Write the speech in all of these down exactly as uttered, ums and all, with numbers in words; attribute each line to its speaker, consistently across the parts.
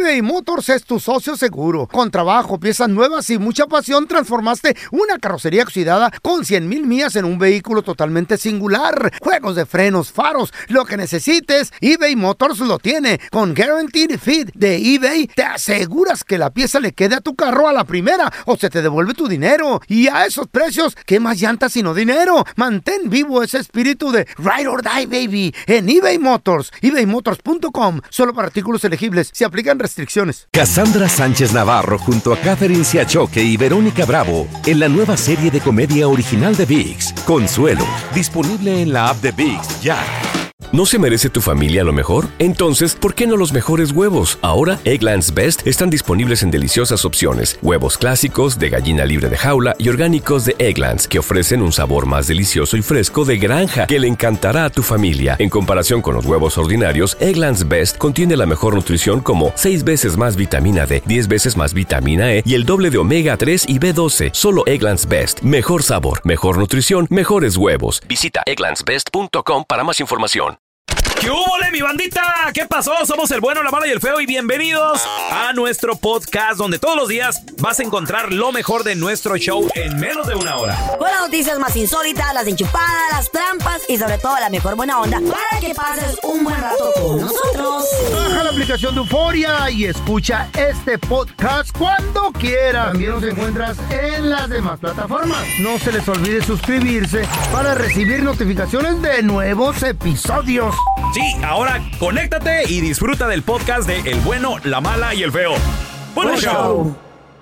Speaker 1: eBay Motors es tu socio seguro. Con trabajo, piezas nuevas y mucha pasión, transformaste una carrocería oxidada con cien mil millas en un vehículo totalmente singular. Juegos de frenos, faros, lo que necesites, eBay Motors lo tiene. Con Guaranteed Fit de eBay, te aseguras que la pieza le quede a tu carro a la primera o se te devuelve tu dinero. Y a esos precios, ¿qué más llantas sino dinero? Mantén vivo ese espíritu de Ride or Die, baby, en eBay Motors. ebay motors punto com. Solo para artículos elegibles. Se aplican restricciones.
Speaker 2: Cassandra Sánchez Navarro junto a Catherine Siachoque y Verónica Bravo en la nueva serie de comedia original de ViX, Consuelo, disponible en la app de ViX ya. ¿No se merece tu familia lo mejor? Entonces, ¿por qué no los mejores huevos? Ahora, Eggland's Best están disponibles en deliciosas opciones. Huevos clásicos, de gallina libre de jaula y orgánicos de Eggland's, que ofrecen un sabor más delicioso y fresco de granja que le encantará a tu familia. En comparación con los huevos ordinarios, Eggland's Best contiene la mejor nutrición como seis veces más vitamina D, diez veces más vitamina E y el doble de omega tres y B doce. Solo Eggland's Best. Mejor sabor, mejor nutrición, mejores huevos. Visita egglands best punto com para más información.
Speaker 3: ¿Qué hubo, mi bandita? ¿Qué pasó? Somos el bueno, la mala y el feo y bienvenidos a nuestro podcast donde todos los días vas a encontrar lo mejor de nuestro show en menos de una hora.
Speaker 4: Con las noticias más insólitas, las enchupadas, las trampas y sobre todo la mejor buena onda para que pases un buen rato con nosotros.
Speaker 1: Baja la aplicación de Euforia y escucha este podcast cuando quieras. También nos encuentras en las demás plataformas. No se les olvide suscribirse para recibir notificaciones de nuevos episodios.
Speaker 3: Sí, ahora conéctate y disfruta del podcast de El Bueno, la Mala y el Feo. ¡Buen show!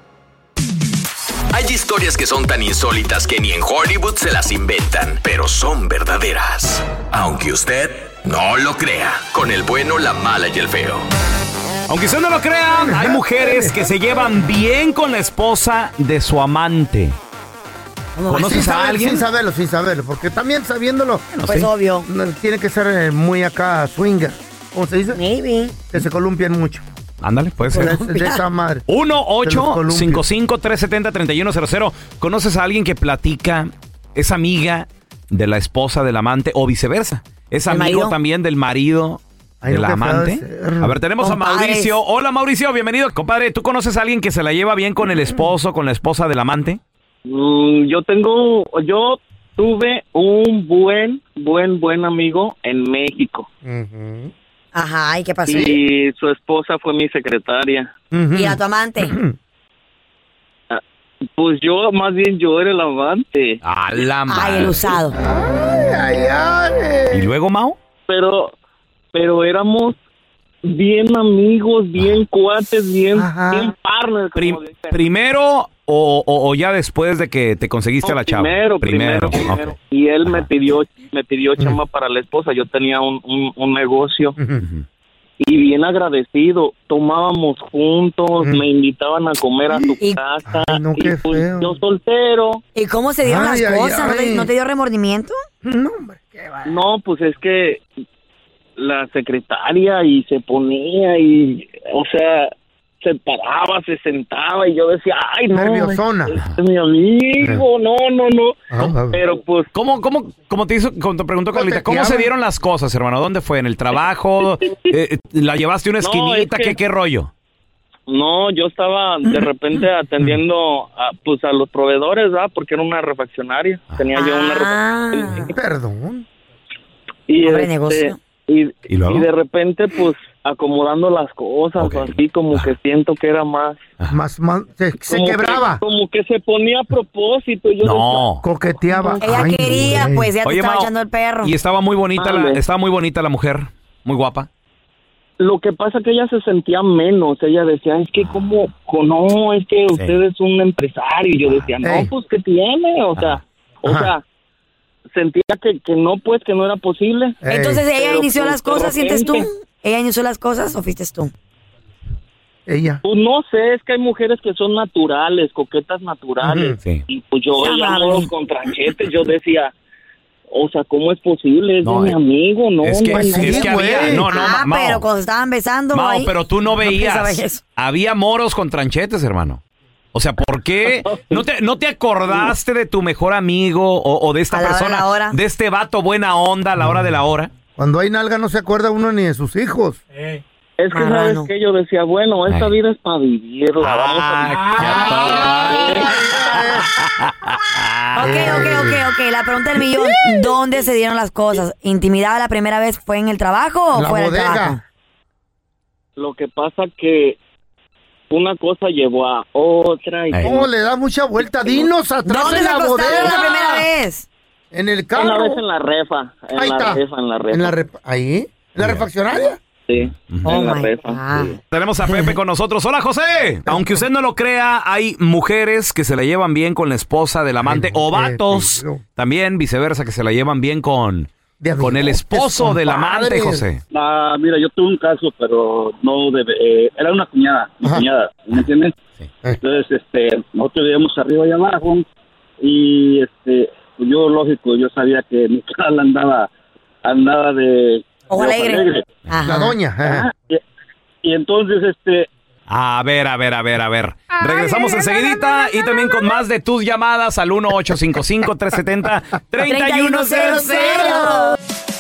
Speaker 2: Hay historias que son tan insólitas que ni en Hollywood se las inventan, pero son verdaderas. Aunque usted no lo crea, con El Bueno, la Mala y el Feo.
Speaker 3: Aunque usted no lo crea, hay mujeres que se llevan bien con la esposa de su amante. ¿Conoces
Speaker 1: sin
Speaker 3: a
Speaker 1: saber,
Speaker 3: alguien?
Speaker 1: Sin saberlo, sin saberlo, porque también sabiéndolo,
Speaker 4: No, pues sí. Obvio.
Speaker 1: Tiene que ser eh, muy acá swinger. ¿Cómo se dice?
Speaker 4: Maybe.
Speaker 1: Que se columpian mucho.
Speaker 3: Ándale, puede ser.
Speaker 1: De, de esa madre.
Speaker 3: uno ocho cinco cinco tres siete cero tres uno cero cero. ¿Conoces a alguien que platica, es amiga de la esposa del amante o viceversa? ¿Es amigo marido? También del marido
Speaker 1: Ay,
Speaker 3: del
Speaker 1: no,
Speaker 3: amante? A ver, tenemos Compadres. a Mauricio. Hola, Mauricio, bienvenido. Compadre, ¿tú conoces a alguien que se la lleva bien con el esposo, con la esposa del amante?
Speaker 5: Mm, yo tengo, yo tuve un buen, buen, buen amigo en México.
Speaker 1: Uh-huh.
Speaker 4: Ajá, ¿y qué pasó?
Speaker 5: Y su esposa fue mi secretaria.
Speaker 4: Uh-huh. ¿Y a tu amante?
Speaker 1: Uh-huh.
Speaker 5: Ah, pues yo, más bien yo era el amante.
Speaker 3: A la madre.
Speaker 4: Ay, el usado.
Speaker 1: Ay, ay, ay.
Speaker 3: ¿Y luego, Mau?
Speaker 5: Pero, pero éramos bien amigos, bien cuates, bien, bien partners.
Speaker 3: Prim- primero o, o, o ya después de que te conseguiste
Speaker 5: no,
Speaker 3: a la chava.
Speaker 5: Primero, primero, primero. Okay. Y él Ajá. me pidió, me pidió chamba uh-huh. para la esposa. Yo tenía un, un, un negocio. Uh-huh. Y bien agradecido, tomábamos juntos, uh-huh. me invitaban a comer a su y, casa.
Speaker 1: Ay, no,
Speaker 5: y pues
Speaker 1: feo.
Speaker 5: yo soltero.
Speaker 4: ¿Y cómo se dieron
Speaker 1: ay,
Speaker 4: las
Speaker 1: ay,
Speaker 4: cosas?
Speaker 1: ay.
Speaker 4: ¿No, te, ¿No te dio remordimiento?
Speaker 1: No, hombre, qué va.
Speaker 5: No, pues es que la secretaria y se ponía y, o sea, se paraba, se sentaba y yo decía, ay, no,
Speaker 1: nerviosona.
Speaker 5: Es, es mi amigo, no, no, no. Ah, pero pues...
Speaker 3: ¿Cómo, cómo, cómo te hizo, como te preguntó Carlita, cómo se dieron las cosas, hermano? ¿Dónde fue? ¿En el trabajo? eh, ¿La llevaste a una esquinita? No, es que, ¿Qué, ¿Qué rollo?
Speaker 5: No, yo estaba de repente atendiendo a, pues a los proveedores, ¿verdad? Porque era una refaccionaria. Tenía yo una refaccionaria.
Speaker 1: Perdón.
Speaker 5: Y
Speaker 4: Pobre
Speaker 5: este,
Speaker 4: negocio.
Speaker 5: Y,
Speaker 3: ¿Y,
Speaker 5: y de repente, pues, acomodando las cosas, okay. así como ah. que siento que era más...
Speaker 1: Más, más se, se quebraba.
Speaker 5: Que, como que se ponía a propósito. Yo
Speaker 3: no.
Speaker 5: decía,
Speaker 1: coqueteaba.
Speaker 4: Ella Ay, quería, güey. pues, ya te Oye, estaba Mao, echando el perro.
Speaker 3: Y estaba muy bonita, la, estaba muy bonita la mujer, muy guapa.
Speaker 5: Lo que pasa es que ella se sentía menos. Ella decía, es que como, no, es que sí. usted es un empresario. Y yo decía, no, hey. pues, ¿qué tiene? O sea, Ajá. o Ajá. sea... sentía que, que no, pues, que no era posible.
Speaker 4: Entonces, ¿ella
Speaker 5: Pero,
Speaker 4: inició
Speaker 5: pues,
Speaker 4: las cosas, sientes tú? ¿Ella inició las cosas o fuiste tú?
Speaker 1: Ella.
Speaker 5: Pues no sé, es que hay mujeres que son naturales, coquetas naturales. Uh-huh. Sí. Y pues yo veía moros con tranchetes, yo decía, o sea, ¿cómo es posible? Es
Speaker 3: no,
Speaker 5: de mi amigo, no,
Speaker 3: es que,
Speaker 5: no,
Speaker 3: es, es que había, no, no,
Speaker 4: ah,
Speaker 3: Mao,
Speaker 4: pero cuando estaban besando
Speaker 3: Mao,
Speaker 4: ahí,
Speaker 3: pero tú no veías,
Speaker 4: no
Speaker 3: había moros con tranchetes, hermano. O sea, ¿por qué no te, no te acordaste de tu mejor amigo o, o de esta
Speaker 4: a la
Speaker 3: persona,
Speaker 4: hora, hora.
Speaker 3: de este vato buena onda a la hora de la hora?
Speaker 1: Cuando hay nalga no se acuerda uno ni de sus hijos.
Speaker 3: Eh.
Speaker 5: Es que
Speaker 4: Marrano.
Speaker 5: sabes que yo decía, bueno, esta
Speaker 3: Ay.
Speaker 5: vida es para vivirla. Vamos a
Speaker 4: Ok, ok, ok, ok. La pregunta del millón. ¿Dónde se dieron las cosas? ¿Intimidad la primera vez fue en el trabajo o
Speaker 1: La
Speaker 4: fuera del
Speaker 1: bodega.
Speaker 4: trabajo?
Speaker 5: Lo que pasa que una cosa llevó a otra y
Speaker 3: Ey.
Speaker 1: ¿Cómo le da mucha vuelta? Dinos atrás
Speaker 4: ¿Dónde
Speaker 1: en
Speaker 4: se
Speaker 1: la
Speaker 4: acostaron
Speaker 1: bodega.
Speaker 4: la primera vez?
Speaker 1: En el
Speaker 5: una
Speaker 1: carro.
Speaker 5: vez en la refa, en
Speaker 1: Ahí
Speaker 5: la
Speaker 1: está.
Speaker 5: refa, en la refa.
Speaker 1: En la rep- ¿Ahí? ¿En la refaccionaria?
Speaker 5: Sí,
Speaker 4: Oh
Speaker 5: en la
Speaker 4: my
Speaker 5: refa.
Speaker 4: God.
Speaker 5: Sí.
Speaker 3: Tenemos a Pepe con nosotros. Hola, José. Aunque usted no lo crea, hay mujeres que se la llevan bien con la esposa del amante
Speaker 1: Ay,
Speaker 3: o
Speaker 1: Pepe,
Speaker 3: vatos,
Speaker 1: no.
Speaker 3: también viceversa, que se la llevan bien con,
Speaker 1: De
Speaker 3: con el
Speaker 1: amigotes,
Speaker 3: esposo del amante,
Speaker 1: compadres.
Speaker 3: José.
Speaker 6: Ah, mira, yo tuve un caso, pero no de... eh, era una cuñada, mi
Speaker 1: Ajá.
Speaker 6: cuñada, ¿me entiendes?
Speaker 3: Sí.
Speaker 6: Entonces, este, nosotros vivíamos arriba y abajo, y este, pues yo, lógico, yo sabía que mi canal andaba, andaba de...
Speaker 4: Ojo
Speaker 6: de
Speaker 4: alegre. Ajá.
Speaker 1: La doña. ajá.
Speaker 6: Ajá, y, y entonces, este,
Speaker 3: A ver, a ver, a ver, a ver. Regresamos enseguidita y también con más de tus llamadas al uno ocho cinco cinco, tres siete cero, tres uno cero cero.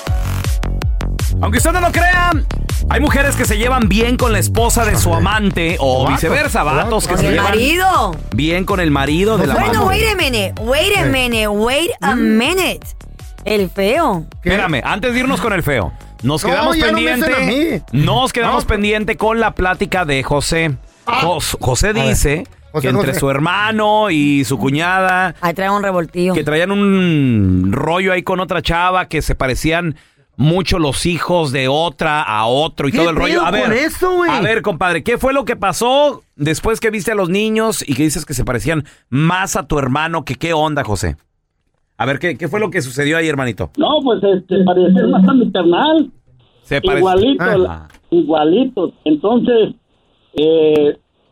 Speaker 3: Aunque usted no lo crea, hay mujeres que se llevan bien con la esposa de su amante o
Speaker 1: Vatos,
Speaker 3: viceversa, vatos que
Speaker 4: Con
Speaker 3: se
Speaker 4: el
Speaker 3: llevan
Speaker 4: marido.
Speaker 3: bien con el marido de la
Speaker 4: Bueno,
Speaker 3: amante.
Speaker 4: wait a minute. Wait a minute. Wait a minute. El feo.
Speaker 1: ¿Qué?
Speaker 3: Espérame, antes de irnos con el feo, nos
Speaker 1: No,
Speaker 3: quedamos
Speaker 1: ya no me
Speaker 3: pendiente.
Speaker 1: dicen a mí.
Speaker 3: Nos quedamos
Speaker 1: No.
Speaker 3: pendiente con la plática de José. Jos- José
Speaker 1: ver,
Speaker 3: dice
Speaker 1: José,
Speaker 3: que entre
Speaker 1: José.
Speaker 3: su hermano y su cuñada
Speaker 4: Ahí trae un revoltillo.
Speaker 3: que traían un rollo ahí con otra chava que se parecían mucho los hijos de otra a otro y
Speaker 1: ¿Qué
Speaker 3: todo el rollo.
Speaker 1: pedo
Speaker 3: A ver,
Speaker 1: con eso, güey?
Speaker 3: a ver, compadre, ¿qué fue lo que pasó después que viste a los niños y que dices que se parecían más a tu hermano? Que qué onda, José? A ver, ¿qué, qué fue lo que sucedió ahí, hermanito?
Speaker 6: no, pues, este, parecía más a mi carnal.
Speaker 3: Se parece-
Speaker 6: Igualito,
Speaker 3: Ah.
Speaker 6: la- igualito. Entonces, eh,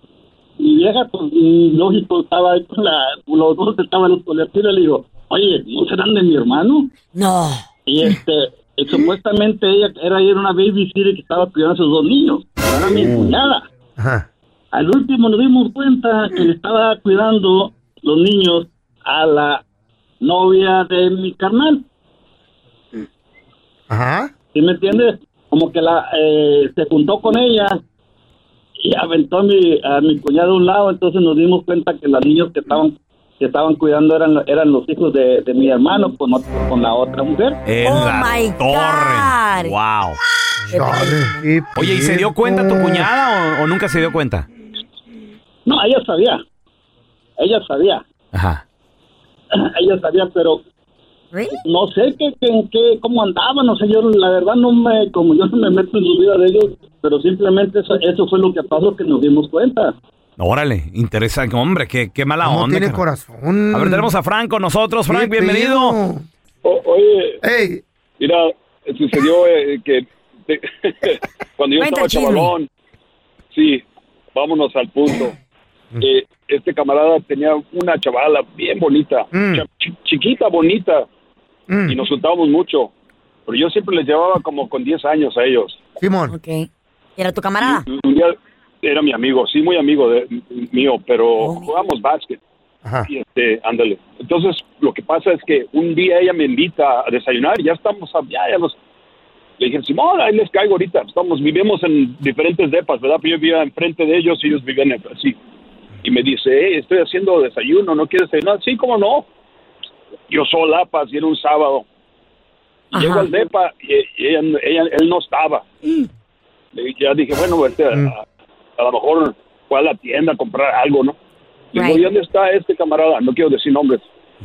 Speaker 6: mi vieja, pues, y lógico, estaba ahí con la, los dos estaban con la tira, le digo, oye, ¿no serán de mi hermano?
Speaker 4: No.
Speaker 6: Y este, y supuestamente ella era, era una babysitter que estaba cuidando a esos dos niños. Era mi cuñada.
Speaker 1: Ajá.
Speaker 6: Al último nos dimos cuenta que le estaba cuidando los niños a la novia de mi carnal.
Speaker 1: Ajá.
Speaker 6: ¿Sí me entiendes? Como que la eh, se juntó con ella y aventó a mi, a mi cuñado a un lado, entonces nos dimos cuenta que los niños que estaban que estaban cuidando eran, eran los hijos de, de mi hermano con, otro- con la otra mujer.
Speaker 3: En
Speaker 4: Oh
Speaker 3: la
Speaker 4: my
Speaker 3: torre.
Speaker 4: God.
Speaker 3: Wow.
Speaker 1: Chale, qué
Speaker 3: Oye, ¿y se dio cuenta tu cuñada o, o nunca se dio cuenta?
Speaker 6: No, ella sabía, ella sabía,
Speaker 3: Ajá.
Speaker 6: ella sabía, pero
Speaker 4: Really?
Speaker 6: no sé qué, qué, qué, cómo andaban, no sé, yo la verdad no me, como yo no me meto en su vida de ellos, pero simplemente eso, eso fue lo que pasó, que nos dimos cuenta.
Speaker 3: Órale, interesante. Hombre, qué, qué mala
Speaker 1: ¿Cómo
Speaker 3: onda.
Speaker 1: tiene
Speaker 3: carnal.
Speaker 1: corazón?
Speaker 3: A ver, tenemos a Frank con nosotros. Frank,
Speaker 1: ¿Qué
Speaker 3: bienvenido.
Speaker 1: pedo?
Speaker 7: O- oye,
Speaker 1: Ey,
Speaker 7: mira, sucedió eh, que te- cuando yo
Speaker 4: Cuenta
Speaker 7: estaba
Speaker 4: el chisme.
Speaker 7: chavalón, sí, vámonos al punto. Eh, este camarada tenía una chavala bien bonita,
Speaker 1: Mm.
Speaker 7: cha- chi- chiquita, bonita,
Speaker 1: mm,
Speaker 7: y nos juntábamos mucho. Pero yo siempre les llevaba como con diez años a ellos.
Speaker 1: Simón.
Speaker 4: Ok. ¿Y era tu camarada?
Speaker 7: Y un día era mi amigo, sí, muy amigo de, mío, pero
Speaker 4: Oh.
Speaker 7: jugamos básquet.
Speaker 1: Ajá.
Speaker 7: Y este, ándale. Entonces, lo que pasa es que un día ella me invita a desayunar y ya estamos, a- ya, ya los... Le dije, Simón, ahí les caigo ahorita. Estamos, vivimos en diferentes depas, ¿verdad? Pero yo vivía enfrente de ellos y ellos vivían en- así. Y me dice, hey, estoy haciendo desayuno, ¿no quieres desayunar? Sí, ¿cómo no? Yo sola, pues, y era un sábado. Y
Speaker 4: Ajá.
Speaker 7: llego al depa y, y ella, ella, él no estaba. Le- Ya dije, bueno, vete a,
Speaker 1: Mm.
Speaker 7: a, a lo mejor fue a la tienda a comprar algo, ¿no? Le digo,
Speaker 4: Right.
Speaker 7: ¿y dónde está este camarada? No quiero decir nombres.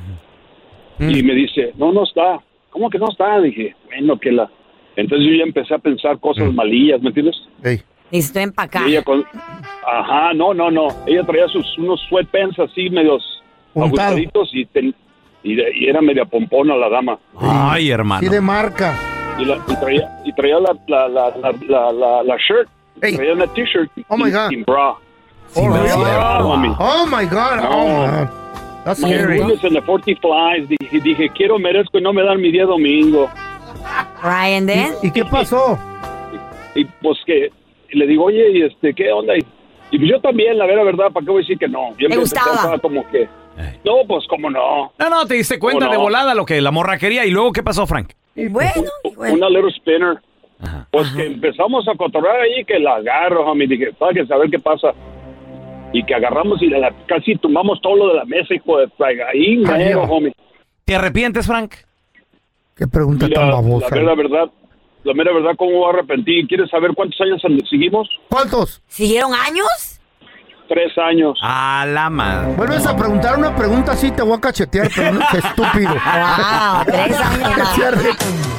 Speaker 1: Mm.
Speaker 7: Y me dice, no, no está. ¿Cómo que no está? Dije, bueno, que la... Entonces yo ya empecé a pensar cosas
Speaker 1: Mm.
Speaker 7: malillas, ¿me entiendes?
Speaker 1: Ey.
Speaker 4: Necesito empacar.
Speaker 7: Y ella con... Ajá, no, no, no. Ella traía sus unos sweatpants así medios
Speaker 1: Untado.
Speaker 7: ajustaditos y, ten- y, de- y era media pompona la dama.
Speaker 3: Ay, hermano.
Speaker 1: Sí, de marca.
Speaker 7: Y, la, y traía, y traía la, la, la, la, la, la, la shirt.
Speaker 1: Ey.
Speaker 7: Traía una t-shirt
Speaker 1: Oh, my
Speaker 7: sin,
Speaker 1: God.
Speaker 7: sin bra.
Speaker 1: Oh, really?
Speaker 7: Sin bra, mami.
Speaker 1: Oh my God. Oh
Speaker 7: No.
Speaker 1: my God. That's
Speaker 7: Y
Speaker 1: scary.
Speaker 7: lunes en la forty Flies dije, dije, quiero, merezco y no me dan mi día domingo.
Speaker 4: Ryan, then?
Speaker 1: ¿Y qué pasó?
Speaker 7: Y pues que le digo, oye, y este, ¿qué onda? Y, y pues yo también, la vera verdad, ¿para qué voy a decir que no? Yo
Speaker 4: ¿Te
Speaker 7: me
Speaker 4: gustaba?
Speaker 7: pensaba como que, no, pues cómo no.
Speaker 3: No, no, te diste cuenta
Speaker 7: ¿Cómo
Speaker 3: de
Speaker 7: no?
Speaker 3: volada lo que la morra quería. ¿Y luego qué pasó, Frank?
Speaker 4: Bueno, bueno.
Speaker 7: Una little spinner.
Speaker 3: Ajá.
Speaker 7: Pues
Speaker 4: Ajá.
Speaker 7: que empezamos a cotorrear ahí, que la agarro, homie, dije, para que saber qué pasa. Y que agarramos y la, casi tumbamos todo lo de la mesa, hijo de traiga. Ahí, mero, homie.
Speaker 3: ¿Te arrepientes, Frank?
Speaker 1: Qué pregunta
Speaker 7: Mira,
Speaker 1: tan
Speaker 7: la
Speaker 1: babosa.
Speaker 7: mera verdad, la mera verdad, ¿cómo voy a arrepentir? ¿Quieres saber cuántos años seguimos?
Speaker 1: ¿Cuántos?
Speaker 4: ¿Siguieron años?
Speaker 7: Tres años.
Speaker 3: A la madre.
Speaker 1: Vuelves a preguntar una pregunta así, te voy a cachetear, pero no, qué estúpido.
Speaker 4: Wow, tres años.
Speaker 1: Se arre-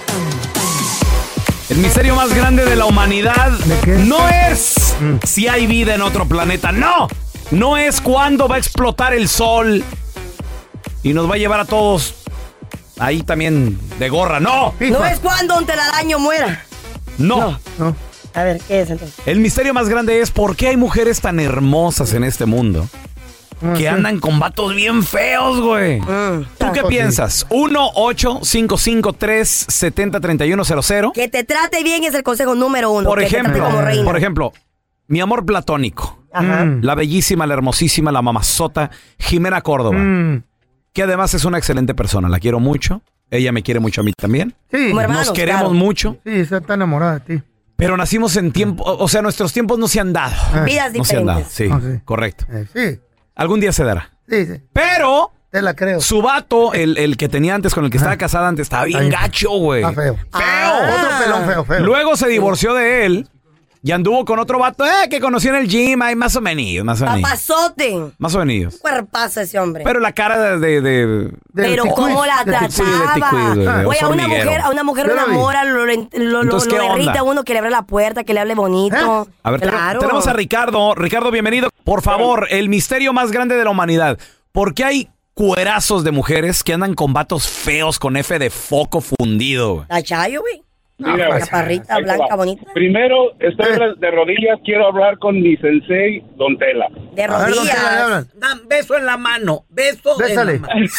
Speaker 3: El misterio más grande de la humanidad
Speaker 1: ¿De qué?
Speaker 3: no es si hay vida en otro planeta. No. No es cuándo va a explotar el sol y nos va a llevar a todos ahí también de gorra. No.
Speaker 4: No
Speaker 1: Pifa.
Speaker 4: es cuando un telaraño muera.
Speaker 3: No.
Speaker 1: No.
Speaker 4: A ver, ¿qué es entonces?
Speaker 3: El misterio más grande es por qué hay mujeres tan hermosas en este mundo
Speaker 1: No
Speaker 3: que
Speaker 1: sé.
Speaker 3: andan con vatos bien feos, güey.
Speaker 4: Mm.
Speaker 3: ¿Tú qué
Speaker 1: pues sí.
Speaker 3: piensas? uno ocho cinco cinco tres siete cero tres uno cero cero.
Speaker 4: Que te trate bien es el consejo número uno.
Speaker 3: Por
Speaker 4: que te
Speaker 3: ejemplo,
Speaker 4: trate como reina.
Speaker 3: por ejemplo, mi amor platónico.
Speaker 4: Ajá.
Speaker 1: Mm.
Speaker 3: La bellísima, la hermosísima, la mamazota Jimena Córdoba,
Speaker 1: Mm.
Speaker 3: que además es una excelente persona. La quiero mucho. Ella me quiere mucho a mí también.
Speaker 1: Sí,
Speaker 4: Como hermanos,
Speaker 3: Nos queremos
Speaker 4: claro.
Speaker 3: mucho,
Speaker 1: sí, está tan enamorada de ti.
Speaker 3: pero nacimos en tiempo, o sea, nuestros tiempos no se han dado.
Speaker 1: Ah,
Speaker 4: Vidas
Speaker 3: No se han dado,
Speaker 4: diferentes.
Speaker 3: sí,
Speaker 1: Ah, sí.
Speaker 3: correcto.
Speaker 1: eh, sí,
Speaker 3: Algún día se dará.
Speaker 1: sí, sí,
Speaker 3: Pero
Speaker 1: te la creo.
Speaker 3: su vato, el, el que tenía antes, con el que estaba
Speaker 1: Ajá.
Speaker 3: casada antes, estaba bien
Speaker 1: Ahí.
Speaker 3: gacho, güey.
Speaker 1: Está feo.
Speaker 4: Ah.
Speaker 1: Otro pelón feo, feo.
Speaker 3: Luego se divorció de él y anduvo con otro vato eh, que conoció en el gym, ahí más o menos, más o menos.
Speaker 4: Papazote.
Speaker 3: Más o menos.
Speaker 4: Cuerpazo ese hombre.
Speaker 3: Pero la cara de... de, de-
Speaker 1: Del
Speaker 4: Pero
Speaker 1: ticuiz,
Speaker 4: cómo la
Speaker 1: del
Speaker 3: Sí, de
Speaker 4: trataba.
Speaker 3: ticuiz, de- de
Speaker 4: Güey, a
Speaker 3: oso
Speaker 4: una
Speaker 3: hormiguero.
Speaker 4: mujer, a una mujer
Speaker 1: Yo
Speaker 4: lo
Speaker 1: la vi.
Speaker 4: enamora, lo, lo, lo,
Speaker 3: Entonces,
Speaker 4: lo
Speaker 3: ¿qué onda?
Speaker 4: derrite a uno, que le abre la puerta, que le hable bonito.
Speaker 1: ¿Eh?
Speaker 3: A ver, te-
Speaker 4: claro.
Speaker 3: tenemos a Ricardo. Ricardo, bienvenido. Por favor, el misterio más grande de la humanidad. ¿Por qué hay cuerazos de mujeres que andan con vatos feos con F de foco fundido, güey?
Speaker 4: La Chayo, güey.
Speaker 6: Mira,
Speaker 4: La
Speaker 6: güey,
Speaker 4: parrita
Speaker 6: ahí te
Speaker 4: blanca
Speaker 6: va.
Speaker 4: bonita.
Speaker 6: Primero, estoy de rodillas, quiero hablar con mi sensei, Don Tela.
Speaker 4: De
Speaker 1: A ver, ¿dónde le
Speaker 4: rodillas.
Speaker 1: hablan?
Speaker 3: Dan beso en la mano. Beso
Speaker 1: Bésale.
Speaker 3: en la mano.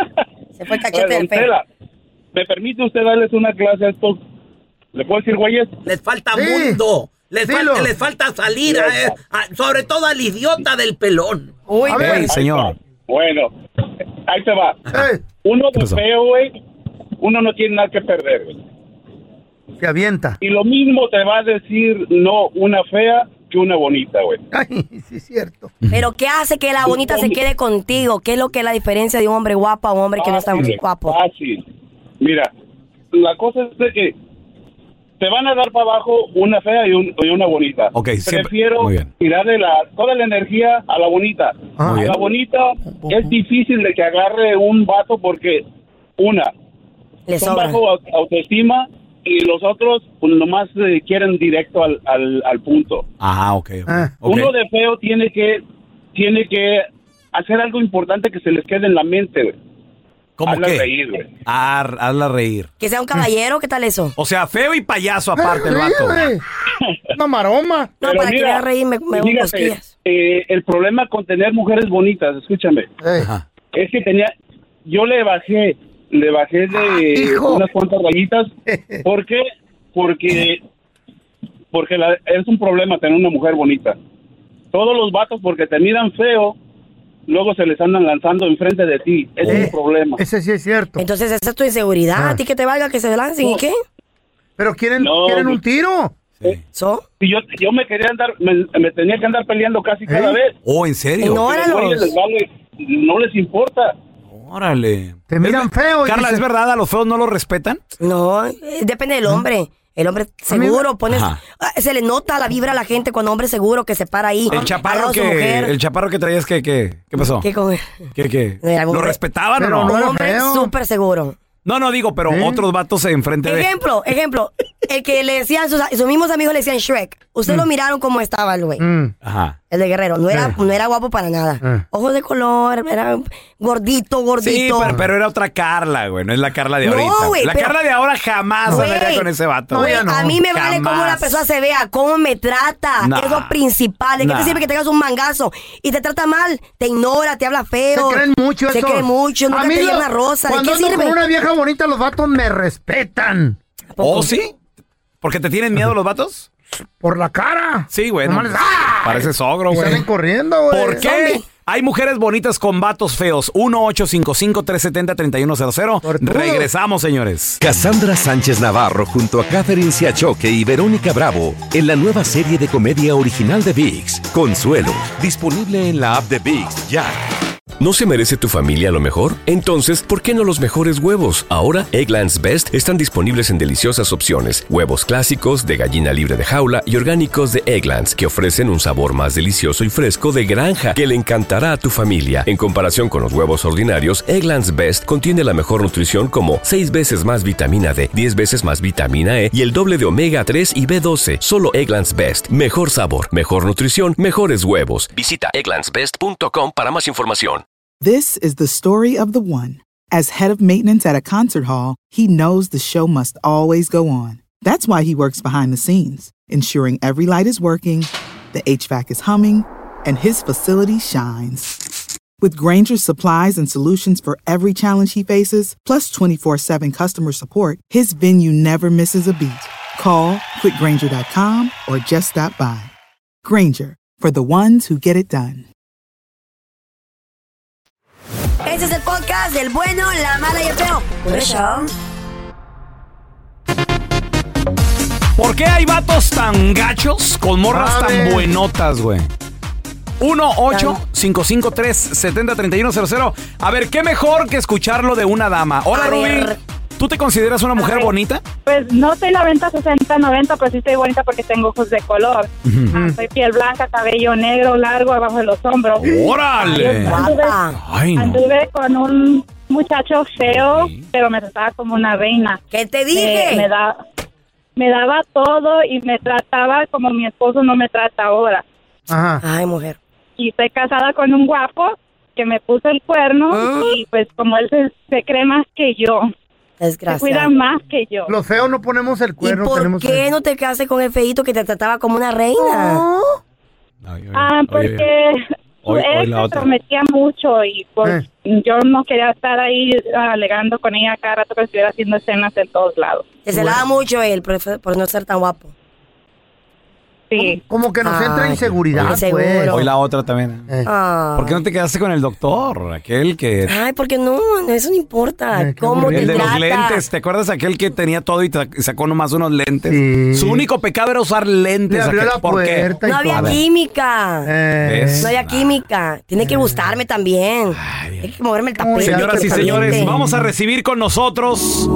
Speaker 4: Se fue el
Speaker 6: A ver,
Speaker 4: cachete
Speaker 6: Don
Speaker 4: del feo.
Speaker 6: Tela, ¿me permite usted darles una clase a estos? ¿Le puedo decir, güeyes?
Speaker 8: Les falta
Speaker 1: Sí.
Speaker 8: mundo. Les,
Speaker 1: Dilo.
Speaker 8: falta, les falta salir, a- eh, a- sobre todo al idiota del pelón.
Speaker 4: Uy,
Speaker 1: A ver.
Speaker 3: Ey, señor.
Speaker 6: Bueno, ahí te va.
Speaker 1: Eh,
Speaker 6: Uno
Speaker 3: ¿Qué
Speaker 6: de
Speaker 3: pasó?
Speaker 6: feo, güey, uno no tiene nada que perder, güey.
Speaker 1: se avienta.
Speaker 6: Y lo mismo te va a decir no una fea que una bonita, güey.
Speaker 1: Ay, sí es cierto.
Speaker 4: Pero ¿qué hace que la bonita se quede contigo? ¿Qué es lo que es la diferencia de un hombre guapo a un hombre que no está
Speaker 6: Fácil,
Speaker 4: guapo?
Speaker 6: Fácil. Mira, la cosa es de que te van a dar para abajo una fea y, un- y una bonita.
Speaker 3: Ok, siempre-
Speaker 6: Prefiero
Speaker 3: muy bien.
Speaker 6: tirarle la, toda la energía a la bonita.
Speaker 1: Ah,
Speaker 6: a
Speaker 3: muy bien.
Speaker 6: la bonita es difícil de que agarre un vato porque, una,
Speaker 4: Le
Speaker 6: son
Speaker 4: sobra.
Speaker 6: bajo au- autoestima y los otros pues, nomás eh, quieren directo al, al, al punto.
Speaker 3: Ah, ok. ok,
Speaker 1: Ah.
Speaker 3: ok.
Speaker 6: Uno de feo tiene que tiene que hacer algo importante que se les quede en la mente, güey.
Speaker 3: ¿Cómo
Speaker 6: Hazla
Speaker 3: qué?
Speaker 6: reír, güey.
Speaker 3: Ah, hazla reír.
Speaker 4: Que sea un caballero, ¿qué tal eso?
Speaker 3: O sea, feo y payaso aparte el
Speaker 1: Eh,
Speaker 3: vato.
Speaker 1: güey. Una maroma.
Speaker 4: No,
Speaker 6: Pero
Speaker 4: para que
Speaker 6: mira,
Speaker 4: me haga reír me, me hago
Speaker 6: fíjate,
Speaker 4: cosquillas.
Speaker 6: eh, el problema con tener mujeres bonitas, escúchame,
Speaker 1: Eh,
Speaker 3: Ajá.
Speaker 6: es que tenía, yo le bajé, le bajé de
Speaker 1: hijo.
Speaker 6: unas cuantas rayitas. ¿Por qué? Porque, porque la- es un problema tener una mujer bonita. Todos los vatos, porque te miran feo, luego se les andan lanzando enfrente de ti. Ese es
Speaker 1: Eh,
Speaker 6: un problema.
Speaker 1: Ese sí es cierto.
Speaker 4: Entonces esa es tu inseguridad.
Speaker 1: Ah.
Speaker 4: A ti que te valga que se lancen. ¿Y qué?
Speaker 1: Pero quieren,
Speaker 6: No,
Speaker 1: quieren
Speaker 6: no.
Speaker 1: un tiro.
Speaker 3: Sí.
Speaker 4: ¿So?
Speaker 6: Y yo, yo me quería andar, me, me tenía que andar peleando casi cada
Speaker 1: ¿Eh?
Speaker 6: vez.
Speaker 3: Oh, ¿en serio?
Speaker 4: No,
Speaker 6: Pero,
Speaker 4: Óralo.
Speaker 6: güey, les vale- no les importa.
Speaker 3: Órale.
Speaker 1: Te miran
Speaker 3: Es-
Speaker 1: feo y
Speaker 3: Carla,
Speaker 1: dicen-
Speaker 3: ¿es verdad? ¿A los feos no los respetan?
Speaker 4: No, eh, depende del hombre. El hombre seguro, pones,
Speaker 3: Ajá.
Speaker 4: ah, se le nota la vibra a la gente cuando hombre seguro que se para ahí.
Speaker 3: El
Speaker 4: al
Speaker 3: chaparro
Speaker 4: lado de su
Speaker 3: que
Speaker 4: mujer.
Speaker 3: el chaparro que traías que qué qué pasó?
Speaker 4: ¿Qué con-
Speaker 3: ¿Qué qué?
Speaker 4: Era
Speaker 3: ¿Lo
Speaker 4: hombre-
Speaker 3: respetaban o
Speaker 1: Pero
Speaker 3: no?
Speaker 1: no
Speaker 4: Un
Speaker 1: era
Speaker 4: hombre
Speaker 1: feo.
Speaker 4: súper seguro.
Speaker 3: No, no digo, pero
Speaker 1: ¿Sí?
Speaker 3: otros vatos se enfrente de
Speaker 4: Ejemplo, ejemplo. El que le decían, sus, sus mismos amigos le decían Shrek. Ustedes lo miraron cómo estaba el güey.
Speaker 1: Mm.
Speaker 3: Ajá.
Speaker 4: El de Guerrero. No era,
Speaker 1: Eh.
Speaker 4: no era guapo para nada.
Speaker 1: Eh.
Speaker 4: Ojos de color, era gordito,
Speaker 3: Sí,
Speaker 4: gordito.
Speaker 3: pero, pero era otra Carla, güey. No es la Carla de
Speaker 4: No,
Speaker 3: ahorita.
Speaker 4: güey,
Speaker 3: la
Speaker 4: pero-
Speaker 3: Carla de ahora jamás
Speaker 4: Güey,
Speaker 3: andaría con ese vato.
Speaker 4: güey,
Speaker 1: ya no.
Speaker 4: a mí me vale cómo
Speaker 3: Jamás.
Speaker 4: la persona se vea, cómo me trata.
Speaker 3: Nah.
Speaker 4: Es lo principal. ¿De qué
Speaker 3: Nah.
Speaker 4: te sirve que tengas un mangazo y te trata mal? Te ignora, te habla feo.
Speaker 1: Se creen mucho
Speaker 4: Se
Speaker 1: eso.
Speaker 4: cree mucho, nunca
Speaker 1: A mí
Speaker 4: te
Speaker 1: lo-
Speaker 4: lleva una rosa. ¿De
Speaker 1: Cuando
Speaker 4: qué
Speaker 1: ando
Speaker 4: sirve?
Speaker 1: con una vieja bonita, los vatos me respetan.
Speaker 3: ¿Oh, sí? ¿Porque te tienen miedo los vatos?
Speaker 1: Por la cara.
Speaker 3: Sí, güey.
Speaker 1: Nomás
Speaker 3: no.
Speaker 1: les- ¡Ah!
Speaker 3: Parece sogro,
Speaker 1: Y
Speaker 3: güey.
Speaker 1: salen corriendo, güey.
Speaker 3: ¿Por qué?
Speaker 4: Zombie.
Speaker 3: Hay mujeres bonitas con vatos feos. uno ocho cinco cinco, tres siete cero, tres uno cero cero. Regresamos, señores.
Speaker 2: Cassandra Sánchez Navarro junto a Catherine Siachoque y Verónica Bravo en la nueva serie de comedia original de ViX, Consuelo, disponible en la app de ViX ya.
Speaker 9: ¿No se merece tu familia lo mejor? Entonces, ¿por qué no los mejores huevos? Ahora, Eggland's Best están disponibles en deliciosas opciones. Huevos clásicos, de gallina libre de jaula y orgánicos de Eggland's, que ofrecen un sabor más delicioso y fresco de granja que le encantará a tu familia. En comparación con los huevos ordinarios, Eggland's Best contiene la mejor nutrición como seis veces más vitamina D, diez veces más vitamina E y el doble de omega tres y B doce. Solo Eggland's Best. Mejor sabor, mejor nutrición, mejores huevos. Visita egglands best punto com para más información.
Speaker 10: This is the story of the one. As head of maintenance at a concert hall, he knows the show must always go on. That's why he works behind the scenes, ensuring every light is working, the H V A C is humming, and his facility shines. With Grainger's supplies and solutions for every challenge he faces, plus twenty-four seven customer support, his venue never misses a beat. Call quick grainger dot com or just stop by. Grainger, for the ones who get it done.
Speaker 4: Este es el podcast del bueno, la mala y el feo. Por eso.
Speaker 3: ¿Por qué hay vatos tan gachos con morras tan buenotas, güey? uno ocho cinco cinco tres siete cero, tres uno cero cero. A ver, ¿qué mejor que escucharlo de una dama? Hola, Rubí. ¿Tú te consideras una mujer bonita?
Speaker 11: Pues no soy la venta sesenta noventa, pero sí estoy bonita porque tengo ojos de color. Uh-huh. Ah, soy piel blanca, cabello negro, largo, abajo de los hombros.
Speaker 3: ¡Órale!
Speaker 11: Anduve, Ay, no. anduve con un muchacho feo, sí. pero me trataba como una reina.
Speaker 4: ¿Qué te dije?
Speaker 11: Me, me, da, me daba todo y me trataba como mi esposo no me trata ahora.
Speaker 4: Ajá. Ay, mujer.
Speaker 11: Y estoy casada con un guapo que me puso el cuerno ¿Ah? y pues como él se, se cree más que yo. Se cuidan más que yo.
Speaker 1: Los feos no ponemos el cuerno.
Speaker 4: ¿Y por
Speaker 1: tenemos
Speaker 4: qué el... no te casaste con el feíto que te trataba como una reina?
Speaker 11: ¿No? Ay, ay, ah, porque hoy, él hoy me prometía mucho y pues eh. yo no quería estar ahí alegando con ella cada rato que estuviera haciendo escenas en todos lados.
Speaker 4: Te celaba bueno. mucho él por, por no ser tan guapo.
Speaker 11: Sí.
Speaker 1: Como que nos entra inseguridad, pues.
Speaker 3: Hoy la otra también. Eh. ¿Por qué no te quedaste con el doctor? Aquel que...
Speaker 4: Ay, porque no, eso no importa. Eh, ¿Cómo te
Speaker 3: El de
Speaker 4: trata?
Speaker 3: los lentes. ¿Te acuerdas aquel que tenía todo y sacó nomás unos lentes? Sí. Su único pecado era usar lentes.
Speaker 1: Le abrió aquel, la ¿por qué?
Speaker 4: No había química. Eh. No había química. Tiene que gustarme también. Ay, Hay que moverme el tapete.
Speaker 3: Señoras y señores, vamos a recibir con nosotros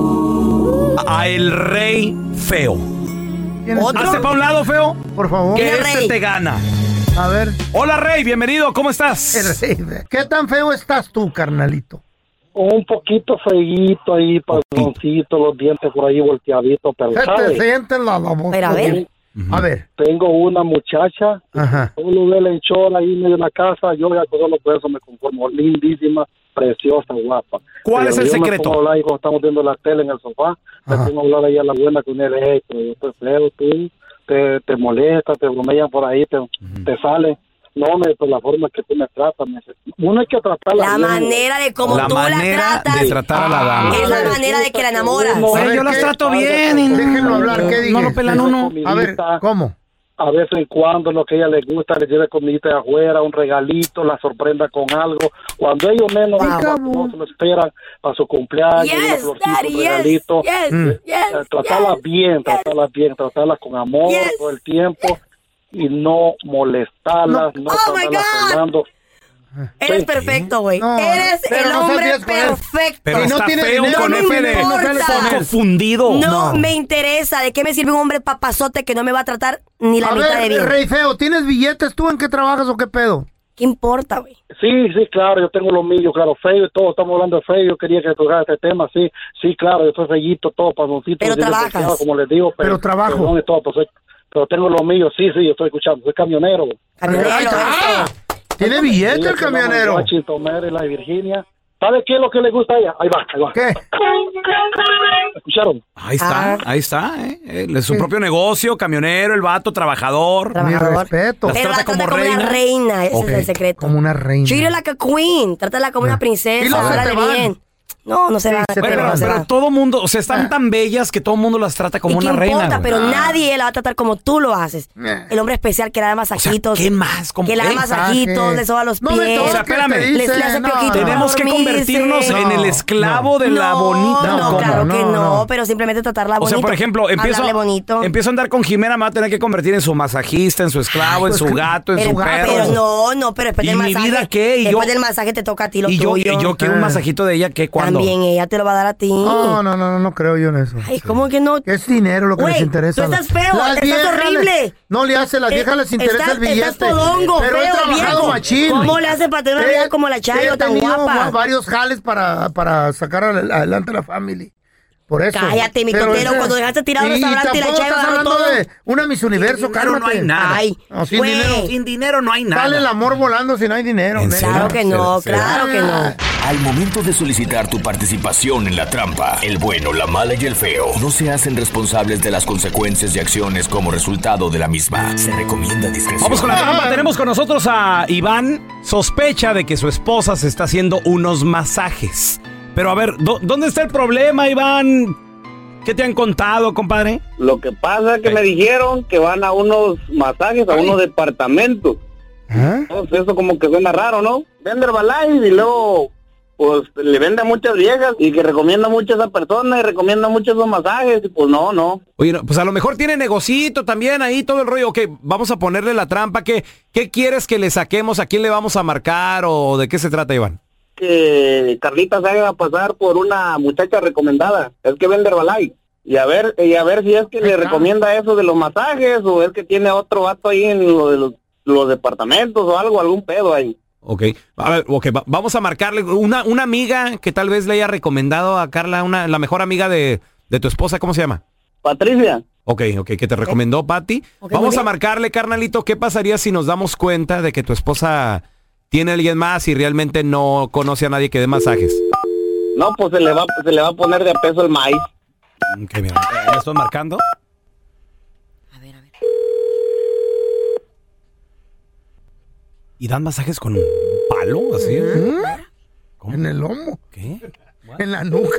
Speaker 3: a el rey feo. Hazte para un lado, feo.
Speaker 1: Por favor.
Speaker 3: Que este te gana.
Speaker 1: A ver.
Speaker 3: Hola, Rey. Bienvenido. ¿Cómo estás?
Speaker 1: El Rey. ¿Qué tan feo estás tú, carnalito?
Speaker 12: Un poquito feíto ahí, pasoncito, los dientes por ahí volteaditos, pero
Speaker 1: Se
Speaker 12: ¿sabes?
Speaker 1: te sienten la voz.
Speaker 4: Pero a ver.
Speaker 1: Uh-huh. A ver.
Speaker 12: Tengo una muchacha. Ajá. Uno ve la hinchona ahí medio en la casa. Yo ya con por eso me conformo. Lindísima, preciosa, guapa.
Speaker 3: ¿Cuál
Speaker 12: pero
Speaker 3: es el
Speaker 12: yo
Speaker 3: secreto?
Speaker 12: Me pongo a hablar y cuando estamos viendo la tele en el sofá, me pongo a hablar ahí a la buena con él. Hey, pero yo estoy feo, tú. Te, te molesta, te bromean por ahí, te, uh-huh. te sale. No, me, pues la forma que tú me tratas. Me, uno hay que tratarla
Speaker 4: La
Speaker 12: bien.
Speaker 4: manera de cómo
Speaker 3: la
Speaker 4: tú la tratas.
Speaker 3: de tratar a la dama.
Speaker 4: Es la manera de que la enamoras.
Speaker 1: No,
Speaker 3: ver, yo las trato bien. Y
Speaker 1: déjenlo hablar, ¿qué dije?
Speaker 3: No lo pelan uno.
Speaker 1: A ver, ¿cómo?
Speaker 12: A veces en cuando lo que a ella le gusta, le lleve comidita de afuera, un regalito, la sorprenda con algo. Cuando ellos menos wow. no se lo esperan para su cumpleaños,
Speaker 4: yes,
Speaker 12: una florcita,
Speaker 4: daddy,
Speaker 12: un regalito.
Speaker 4: Yes,
Speaker 12: mm.
Speaker 4: yes,
Speaker 12: eh, tratarla yes, bien, yes. tratarla bien, tratarla con amor yes. todo el tiempo y no molestarlas, no,
Speaker 4: no oh estarlas hablando. Eres perfecto, güey. No, Eres el
Speaker 1: no
Speaker 4: hombre perfecto.
Speaker 3: Pero
Speaker 1: no tiene
Speaker 3: feo
Speaker 1: dinero,
Speaker 3: con
Speaker 1: no
Speaker 3: F de poco fundido.
Speaker 4: No, no me interesa. ¿De qué me sirve un hombre papazote que no me va a tratar ni la
Speaker 1: a
Speaker 4: mitad
Speaker 1: ver,
Speaker 4: de bien?
Speaker 1: Rey feo, ¿tienes billetes tú? ¿En qué trabajas o qué pedo?
Speaker 4: ¿Qué importa, güey?
Speaker 12: Sí, sí, claro, yo tengo los míos, claro, feo y todo, estamos hablando de feo, yo quería que tocara este tema, sí, sí, claro, yo soy feíto, todo, pasoncito.
Speaker 4: Pero trabajas.
Speaker 12: Pesado, como les digo, pero,
Speaker 1: pero trabajo.
Speaker 12: Pero, todo, pues, soy, pero tengo los míos, sí, sí, yo estoy escuchando, soy camionero.
Speaker 4: Camionero,
Speaker 1: ah, ¿tiene billete el camionero?
Speaker 12: Washington, Maryland y Virginia. ¿Sabe qué es lo que le gusta a ella? Ahí va, ahí va.
Speaker 1: ¿Qué?
Speaker 12: ¿Escucharon?
Speaker 3: Ahí está, ah. ahí está, ¿eh? Es su propio negocio, camionero, el vato, trabajador.
Speaker 4: Trabajador.
Speaker 1: Mi respeto.
Speaker 4: Las Pero trata, la trata como, como reina. una reina, ese okay. es el secreto.
Speaker 1: Como una reina.
Speaker 4: Treat her like a queen, trátala como ah. una princesa, háblale bien. No, no se va.
Speaker 3: Bueno, pero, pero todo mundo, o sea, están ah. tan bellas que todo mundo las trata como una reina.
Speaker 4: Importa, pero
Speaker 3: ah.
Speaker 4: nadie la va a tratar como tú lo haces. El hombre especial que le da masajitos.
Speaker 3: O sea, ¿qué más?
Speaker 4: Que le da masajitos, le soba los pies.
Speaker 3: No, o sea, espérame.
Speaker 4: Le, le hace no, piojitos.
Speaker 3: Tenemos que convertirnos no, en el esclavo no, de la bonita.
Speaker 4: No, no claro no, que no, no, pero simplemente tratarla bonito.
Speaker 3: O sea, por ejemplo, empiezo, empiezo a andar con Jimena, me va a tener que convertir en su masajista, en su esclavo, Ay, en su gato, en
Speaker 4: pero,
Speaker 3: su perro.
Speaker 4: Pero no, no, pero después
Speaker 3: ¿Y
Speaker 4: del
Speaker 3: mi
Speaker 4: masaje.
Speaker 3: vida qué? ¿Y
Speaker 4: después
Speaker 3: yo,
Speaker 4: del masaje te toca a ti lo
Speaker 3: y
Speaker 4: tuyo.
Speaker 3: Yo, y yo quiero un masajito de ella, ¿qué? ¿Cuándo?
Speaker 4: También ella te lo va a dar a ti.
Speaker 1: No, no, no, no creo yo en eso.
Speaker 4: Ay, ¿cómo que no?
Speaker 1: Es dinero lo que
Speaker 4: Wey,
Speaker 1: les interesa.
Speaker 4: Tú estás feo,
Speaker 1: las
Speaker 4: estás horrible.
Speaker 1: Les, no le hace, a las viejas les interesa
Speaker 4: estás,
Speaker 1: el billete.
Speaker 4: Estás podongo,
Speaker 1: pero
Speaker 4: feo,
Speaker 1: he trabajado
Speaker 4: viejo.
Speaker 1: machín.
Speaker 4: ¿Cómo le hace para tener una vida como la Chayo, tan guapa?
Speaker 1: He varios jales para, para sacar adelante a la familia. Por eso.
Speaker 4: Cállate, mi totero, cuando dejaste tirado el restaurante y la Chayo
Speaker 1: estás hablando
Speaker 4: todo.
Speaker 1: de una Miss Universo, cálmate.
Speaker 8: No hay nada.
Speaker 4: Ay,
Speaker 1: no, sin, dinero.
Speaker 8: sin dinero no hay nada.
Speaker 1: Sale el amor volando si no hay dinero.
Speaker 4: Claro que no, claro que no.
Speaker 2: Al momento de solicitar tu participación en la trampa, el bueno, la mala y el feo no se hacen responsables de las consecuencias y acciones como resultado de la misma. Se recomienda discreción.
Speaker 3: Vamos con la trampa. Tenemos con nosotros a Iván. Sospecha de que su esposa se está haciendo unos masajes. Pero a ver, ¿dónde está el problema, Iván? ¿Qué te han contado, compadre?
Speaker 6: Lo que pasa es que me dijeron que van a unos masajes, a Ay. unos departamentos. ¿Eh? Entonces eso como que suena raro, ¿no? Vende Herbalife y luego pues le vende a muchas viejas y que recomienda mucho a esa persona y recomienda mucho esos masajes y pues no, no.
Speaker 3: Oye, no, pues a lo mejor tiene negocito también ahí, todo el rollo. Ok, vamos a ponerle la trampa. ¿Qué, qué quieres que le saquemos? ¿A quién le vamos a marcar o de qué se trata, Iván?
Speaker 6: Que Carlita se haga pasar por una muchacha recomendada, es que vende Herbalife, y a ver y a ver si es que le recomienda eso de los masajes o es que tiene otro vato ahí en lo de los, los departamentos o algo, algún pedo ahí.
Speaker 3: Ok, a ver, okay, va, vamos a marcarle una, una amiga que tal vez le haya recomendado a Carla, una, la mejor amiga de, de tu esposa, ¿cómo se llama?
Speaker 6: Patricia.
Speaker 3: Ok, ok, que te recomendó Pati. Okay, vamos a marcarle, carnalito, ¿qué pasaría si nos damos cuenta de que tu esposa tiene a alguien más y realmente no conoce a nadie que dé masajes?
Speaker 6: No, pues se le va, se le va a poner de peso el maíz.
Speaker 3: Ok, mira, ¿le estoy marcando?
Speaker 4: A ver, a ver.
Speaker 3: ¿Y dan masajes con un palo, así?
Speaker 1: ¿Eh? En el lomo.
Speaker 3: ¿Qué?
Speaker 1: What? En la nuca.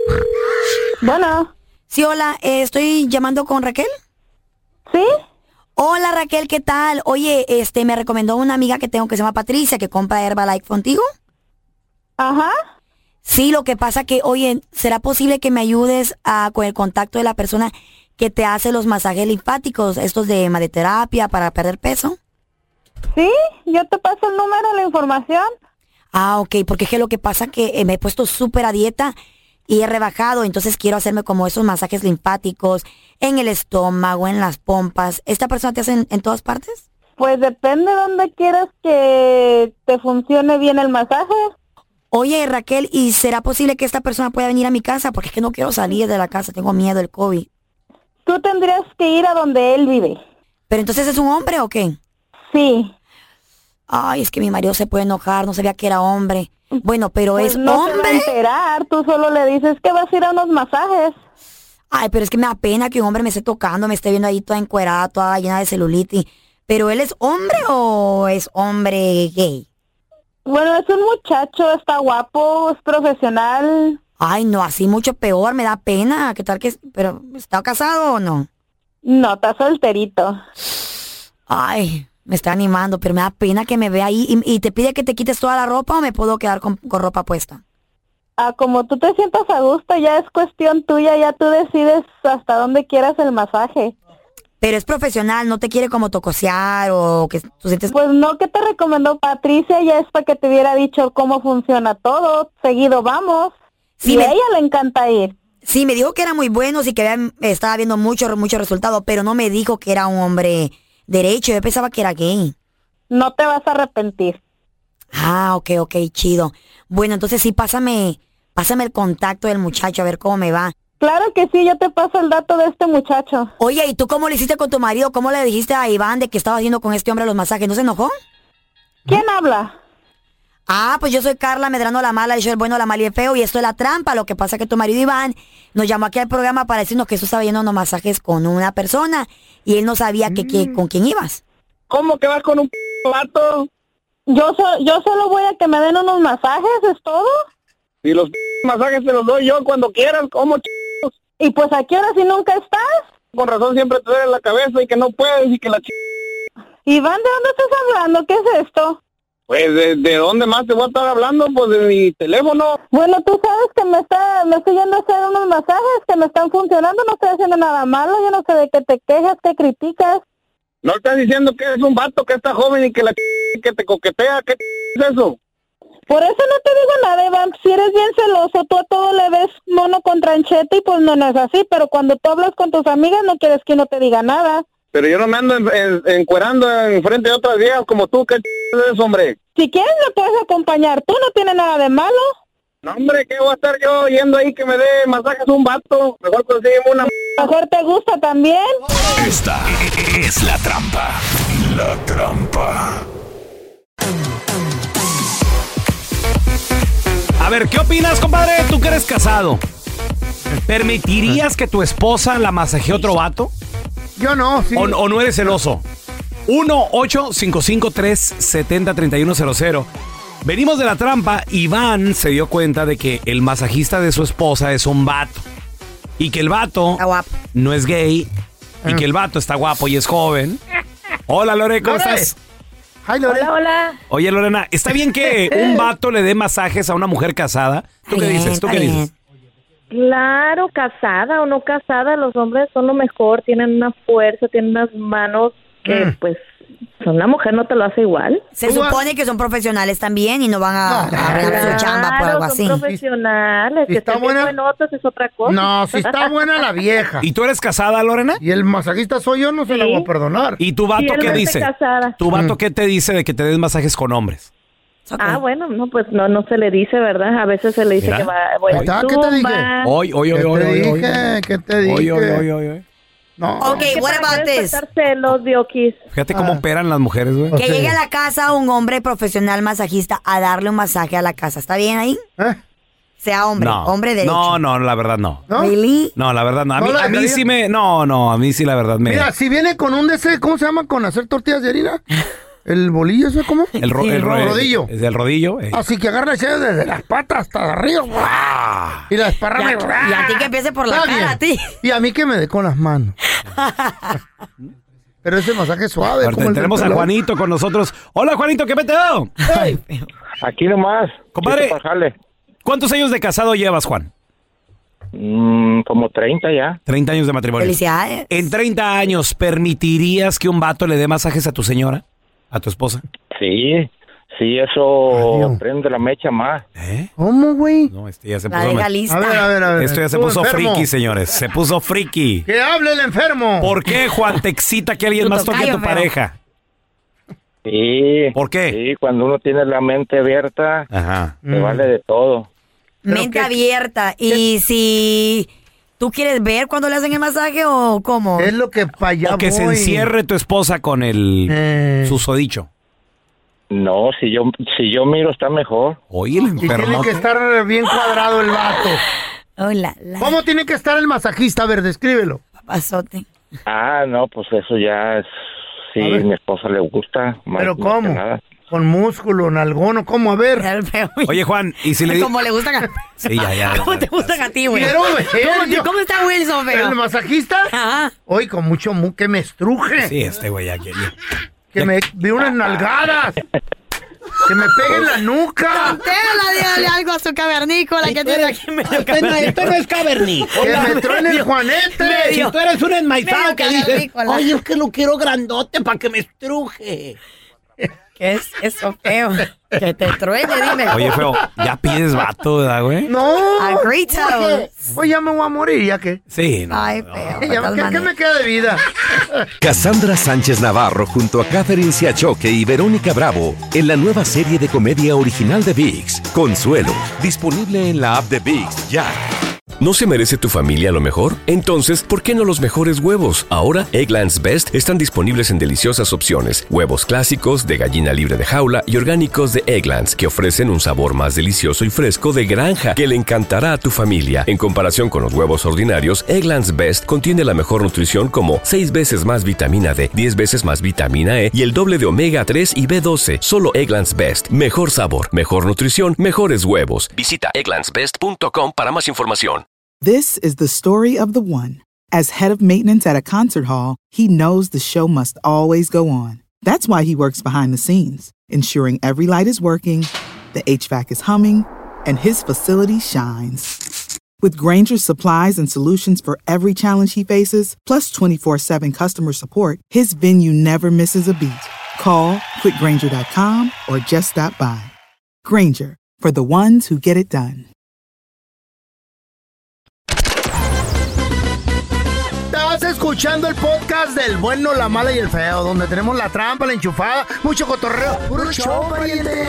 Speaker 4: Bueno. Sí, hola, eh, estoy llamando con Raquel.
Speaker 11: ¿Sí?
Speaker 4: Hola Raquel, ¿qué tal? Oye, este, me recomendó una amiga que tengo que se llama Patricia, que compra Herbalife contigo.
Speaker 11: Ajá.
Speaker 4: Sí, lo que pasa que, oye, ¿será posible que me ayudes a, con el contacto de la persona que te hace los masajes linfáticos, estos de madeterapia para perder peso?
Speaker 11: Sí, yo te paso el número, la información.
Speaker 4: Ah, ok, porque es que lo que pasa que eh, me he puesto súper a dieta y he rebajado, entonces quiero hacerme como esos masajes linfáticos en el estómago, en las pompas. ¿Esta persona te hace en, en todas partes?
Speaker 11: Pues depende de dónde quieras que te funcione bien el masaje.
Speaker 4: Oye, Raquel, ¿y será posible que esta persona pueda venir a mi casa? Porque es que no quiero salir de la casa, tengo miedo del COVID.
Speaker 11: Tú tendrías que ir a donde él vive.
Speaker 4: ¿Pero entonces es un hombre o qué?
Speaker 11: Sí.
Speaker 4: Ay, es que mi marido se puede enojar, no sabía que era hombre. Bueno, pero
Speaker 11: pues
Speaker 4: es
Speaker 11: no
Speaker 4: hombre.
Speaker 11: Se va a enterar, tú solo le dices que vas a ir a unos masajes.
Speaker 4: Ay, pero es que me da pena que un hombre me esté tocando, me esté viendo ahí toda encuerada, toda llena de celulitis. ¿Pero él es hombre o es hombre gay?
Speaker 11: Bueno, es un muchacho, está guapo, es profesional.
Speaker 4: Ay, no, así mucho peor, me da pena. ¿Qué tal que...? ¿Pero está casado o no?
Speaker 11: No, está solterito.
Speaker 4: Ay, me está animando, pero me da pena que me vea ahí. ¿Y, y te pide que te quites toda la ropa o me puedo quedar con, con ropa puesta?
Speaker 11: Ah, como tú te sientas a gusto, ya es cuestión tuya, ya tú decides hasta dónde quieras el masaje.
Speaker 4: Pero es profesional, no te quiere como tocosear o que tú sientes...
Speaker 11: Pues no, que te recomendó Patricia, ya es para que te hubiera dicho cómo funciona todo, seguido vamos. Sí, y me... a ella le encanta ir.
Speaker 4: Sí, me dijo que era muy bueno, sí que había, estaba viendo mucho, mucho resultado, pero no me dijo que era un hombre derecho, yo pensaba que era gay.
Speaker 11: No te vas a arrepentir.
Speaker 4: Ah, ok, ok, chido. Bueno, entonces sí, pásame, pásame el contacto del muchacho, a ver cómo me va.
Speaker 11: Claro que sí, yo te paso el dato de este muchacho.
Speaker 4: Oye, ¿y tú cómo le hiciste con tu marido? ¿Cómo le dijiste a Iván de que estaba haciendo con este hombre los masajes? ¿No se enojó?
Speaker 11: ¿Quién ¿Mm? habla?
Speaker 4: Ah, pues yo soy Carla Medrano, la mala, yo soy el bueno, la mala y el feo, y esto es la trampa. Lo que pasa es que tu marido Iván nos llamó aquí al programa para decirnos que tú estabas yendo unos masajes con una persona y él no sabía que, que, con quién ibas.
Speaker 6: ¿Cómo que vas con un p*** vato?
Speaker 11: Yo, so, yo solo voy a que me den unos masajes, ¿es todo?
Speaker 6: Y los p***
Speaker 13: masajes te los doy yo cuando quieras, ¿cómo ch...
Speaker 11: ¿Y pues a qué hora si nunca estás?
Speaker 13: Con razón siempre te duele la cabeza y que no puedes y que la ch...
Speaker 11: Iván, ¿de dónde estás hablando? ¿Qué es esto?
Speaker 13: Pues, ¿de, de dónde más te voy a estar hablando? Pues de mi teléfono.
Speaker 11: Bueno, tú sabes que me está, me estoy yendo a hacer unos masajes que me están funcionando, no estoy haciendo nada malo, yo no sé de qué te quejas, qué criticas.
Speaker 13: ¿No estás diciendo que eres un vato que está joven y que la ch... que te coquetea? ¿Qué ch... es eso?
Speaker 11: Por eso no te digo nada, Iván, si eres bien celoso, tú a todo le ves mono con trancheta y pues no, no es así, pero cuando tú hablas con tus amigas no quieres que uno te diga nada.
Speaker 13: Pero yo no me ando en, en, encuerando en frente de otras viejas como tú, ¿qué ch... es eso, hombre?
Speaker 11: Si quieres me puedes acompañar, tú no tienes nada de malo.
Speaker 13: No, hombre, ¿qué voy a estar yo yendo ahí que me dé masajes a un vato? Mejor consígueme una...
Speaker 11: Mejor te gusta también.
Speaker 2: Esta es la trampa. La trampa.
Speaker 3: A ver, ¿qué opinas, compadre? Tú que eres casado. ¿Permitirías que tu esposa la masajee otro vato?
Speaker 1: Yo no, sí.
Speaker 3: ¿O, o no eres celoso? uno ocho cinco cinco tres siete cero tres uno cero cero. Venimos de la trampa. Iván se dio cuenta de que el masajista de su esposa es un vato. Y que el vato no es gay. Y que el vato está guapo y es joven. Hola, Lore, ¿cómo
Speaker 1: Lore.
Speaker 3: estás?
Speaker 1: Hi, Lore.
Speaker 11: Hola, hola.
Speaker 3: Oye, Lorena, ¿está bien que un vato le dé masajes a una mujer casada? ¿Tú qué dices? ¿Tú qué dices?
Speaker 14: Claro, casada o no casada, los hombres son lo mejor, tienen una fuerza, tienen unas manos que
Speaker 1: Mm.
Speaker 14: pues una mujer no te lo hace igual.
Speaker 4: Se supone que son profesionales también y no van a arreglar su chamba por algo
Speaker 14: Claro,
Speaker 4: así.
Speaker 14: son profesionales,
Speaker 1: Si
Speaker 14: que
Speaker 1: está
Speaker 14: estén bien
Speaker 1: buena-
Speaker 14: buenotas es otra cosa.
Speaker 1: No, si está buena la vieja.
Speaker 3: ¿Y tú eres casada, Lorena?
Speaker 1: Y el masajista soy yo, no se la voy a perdonar.
Speaker 3: ¿Y tu vato
Speaker 14: Sí,
Speaker 3: qué
Speaker 14: él
Speaker 3: dice?
Speaker 14: está casada.
Speaker 3: ¿Tu vato qué te dice de que te des masajes con hombres?
Speaker 14: Ah, bueno, no, pues no no se le dice, ¿verdad? A veces se le dice
Speaker 3: Mira.
Speaker 14: que va, voy
Speaker 1: Ahí
Speaker 14: a
Speaker 1: está, ¿qué te dije?
Speaker 14: zumba.
Speaker 3: Hoy, hoy, hoy,
Speaker 1: ¿Qué
Speaker 3: hoy,
Speaker 1: te
Speaker 3: hoy, hoy.
Speaker 1: dije? ¿Qué te dije?
Speaker 3: Hoy, hoy, hoy, hoy, hoy.
Speaker 1: No.
Speaker 4: Ok,
Speaker 14: ¿Qué
Speaker 4: what
Speaker 14: para
Speaker 4: about
Speaker 14: qué
Speaker 4: this?
Speaker 14: despertar celos, Diokis?
Speaker 3: Fíjate cómo operan las mujeres, güey.
Speaker 4: Que llegue a la casa un hombre profesional masajista a darle un masaje a la casa. ¿Está bien ahí?
Speaker 1: ¿Eh?
Speaker 4: Sea hombre,
Speaker 3: No,
Speaker 4: hombre derecho.
Speaker 3: no, no, la verdad no.
Speaker 1: ¿No?
Speaker 4: ¿Really?
Speaker 3: No, la verdad no. A
Speaker 1: ¿No
Speaker 3: mí,
Speaker 1: la
Speaker 3: a mí
Speaker 1: dejaría?
Speaker 3: sí me... No, no, a mí sí la verdad me...
Speaker 1: Mira, si viene con un de ese, ¿cómo se llama? Con hacer tortillas de harina. ¿El bolillo ese cómo?
Speaker 3: El, ro-
Speaker 4: Sí,
Speaker 3: el ro-
Speaker 1: rodillo.
Speaker 3: Es el rodillo. eh.
Speaker 1: Así que agarra ese desde las patas hasta arriba. ¡guau! Y la esparrama.
Speaker 4: Y a- y a ti que empiece por la
Speaker 1: Está
Speaker 4: cara,
Speaker 1: bien.
Speaker 4: a ti.
Speaker 1: Y a mí que me dé con las manos. Pero ese masaje suave.
Speaker 3: Ahorita
Speaker 1: como el del
Speaker 3: tenemos a
Speaker 1: pelón.
Speaker 3: Juanito con nosotros. Hola, Juanito, ¿qué peteo?
Speaker 13: Aquí nomás.
Speaker 3: Compadre.
Speaker 13: listo para jale.
Speaker 3: ¿Cuántos años de casado llevas, Juan?
Speaker 13: Mm, como treinta ya.
Speaker 3: treinta años de matrimonio.
Speaker 4: Felicidades.
Speaker 3: En treinta años, ¿permitirías que un vato le dé masajes a tu señora? ¿A tu esposa?
Speaker 13: Sí, sí, eso
Speaker 1: Ay, Dios.
Speaker 13: prende la mecha más.
Speaker 3: ¿Eh?
Speaker 1: ¿Cómo, güey?
Speaker 3: No, este ya se
Speaker 4: La
Speaker 3: puso...
Speaker 4: deja
Speaker 3: me-
Speaker 4: lista.
Speaker 1: A ver, a ver, a ver.
Speaker 3: Esto ya se
Speaker 1: Tú
Speaker 3: puso
Speaker 1: enfermo.
Speaker 3: friki, señores. Se puso friki.
Speaker 1: Que hable el enfermo.
Speaker 3: ¿Por qué, Juan, te excita que alguien
Speaker 4: Tu
Speaker 3: más toque a
Speaker 4: tocayo,
Speaker 3: tu
Speaker 4: feo.
Speaker 3: pareja?
Speaker 13: Sí.
Speaker 3: ¿Por qué?
Speaker 13: Sí, cuando uno tiene la mente abierta,
Speaker 3: Ajá.
Speaker 13: se vale de todo.
Speaker 1: ¿Pero
Speaker 4: Mente
Speaker 1: qué-
Speaker 4: abierta. Y si tú quieres ver cuando le hacen el masaje o cómo.
Speaker 1: Es lo que para allá
Speaker 3: O que se
Speaker 1: voy.
Speaker 3: encierre tu esposa con el
Speaker 1: Eh.
Speaker 3: susodicho.
Speaker 13: No, si yo si yo miro está mejor.
Speaker 3: Oye, el
Speaker 1: Y tiene
Speaker 3: enfermo.
Speaker 1: que estar bien cuadrado el vato.
Speaker 4: Hola, la
Speaker 1: ¿Cómo tiene que estar el masajista? A ver, descríbelo.
Speaker 4: papazote.
Speaker 13: Ah, no, pues eso ya es... Sí,
Speaker 1: A ver.
Speaker 13: mi esposa le gusta. Más,
Speaker 1: ¿Pero
Speaker 13: más que
Speaker 1: cómo?
Speaker 13: nada.
Speaker 1: Con músculo, nalgón, ¿o cómo? A ver.
Speaker 4: El feo.
Speaker 3: Oye, Juan, ¿y si le di-
Speaker 4: Como le gustan a...
Speaker 3: Sí, ya, ya.
Speaker 4: ¿Cómo te gustan a ti, güey?
Speaker 1: Quiero ver,
Speaker 4: ¿Cómo, te-
Speaker 1: yo-
Speaker 4: cómo está Wilson, feo?
Speaker 1: ¿El masajista?
Speaker 4: Ajá.
Speaker 1: Hoy con mucho mu que me estruje.
Speaker 3: Sí, este güey ya quería.
Speaker 1: Que me dé unas nalgadas. Que me pegue en la nuca.
Speaker 4: Tela, dígale algo a su cavernícola que tiene aquí medio
Speaker 8: Esto no, esto no es cavernícola.
Speaker 1: Que me truene el juanete.
Speaker 8: Si tú eres un enmaizado
Speaker 4: medio
Speaker 8: que dices,
Speaker 4: cavernícola.
Speaker 8: oye, es que lo quiero grandote para que me estruje.
Speaker 4: ¿Qué es eso, feo? Que te truene, dime.
Speaker 3: Oye, feo, ya pides vato, ¿verdad, güey?
Speaker 1: No.
Speaker 4: Agree to.
Speaker 1: Oye, Pues ya me voy a morir, ¿ya qué?
Speaker 3: Sí, no.
Speaker 4: Ay, feo. de
Speaker 1: Ya,
Speaker 4: todas
Speaker 1: ¿qué, qué
Speaker 4: maneras.
Speaker 1: me queda de vida?
Speaker 2: Cassandra Sánchez Navarro junto a Catherine Siachoque y Verónica Bravo en la nueva serie de comedia original de ViX, Consuelo, disponible en la app de ViX ya.
Speaker 9: ¿No se merece tu familia lo mejor? Entonces, ¿por qué no los mejores huevos? Ahora, Eggland's Best están disponibles en deliciosas opciones. Huevos clásicos, de gallina libre de jaula y orgánicos de Eggland's, que ofrecen un sabor más delicioso y fresco de granja que le encantará a tu familia. En comparación con los huevos ordinarios, Eggland's Best contiene la mejor nutrición como seis veces más vitamina D, diez veces más vitamina E y el doble de omega tres y B doce. Solo Eggland's Best. Mejor sabor, mejor nutrición, mejores huevos. Visita egglands best punto com para más información.
Speaker 10: This is the story of the one. As head of maintenance at a concert hall, he knows the show must always go on. That's why he works behind the scenes, ensuring every light is working, the H V A C is humming, and his facility shines. With Grainger's supplies and solutions for every challenge he faces, plus twenty-four seven customer support, his venue never misses a beat. Call quick grainger dot com or just stop by. Grainger, for the ones who get it done.
Speaker 1: Estás escuchando el podcast del bueno, la mala y el feo, donde tenemos la trampa, la enchufada, mucho cotorreo. ¡Puro show, pariente!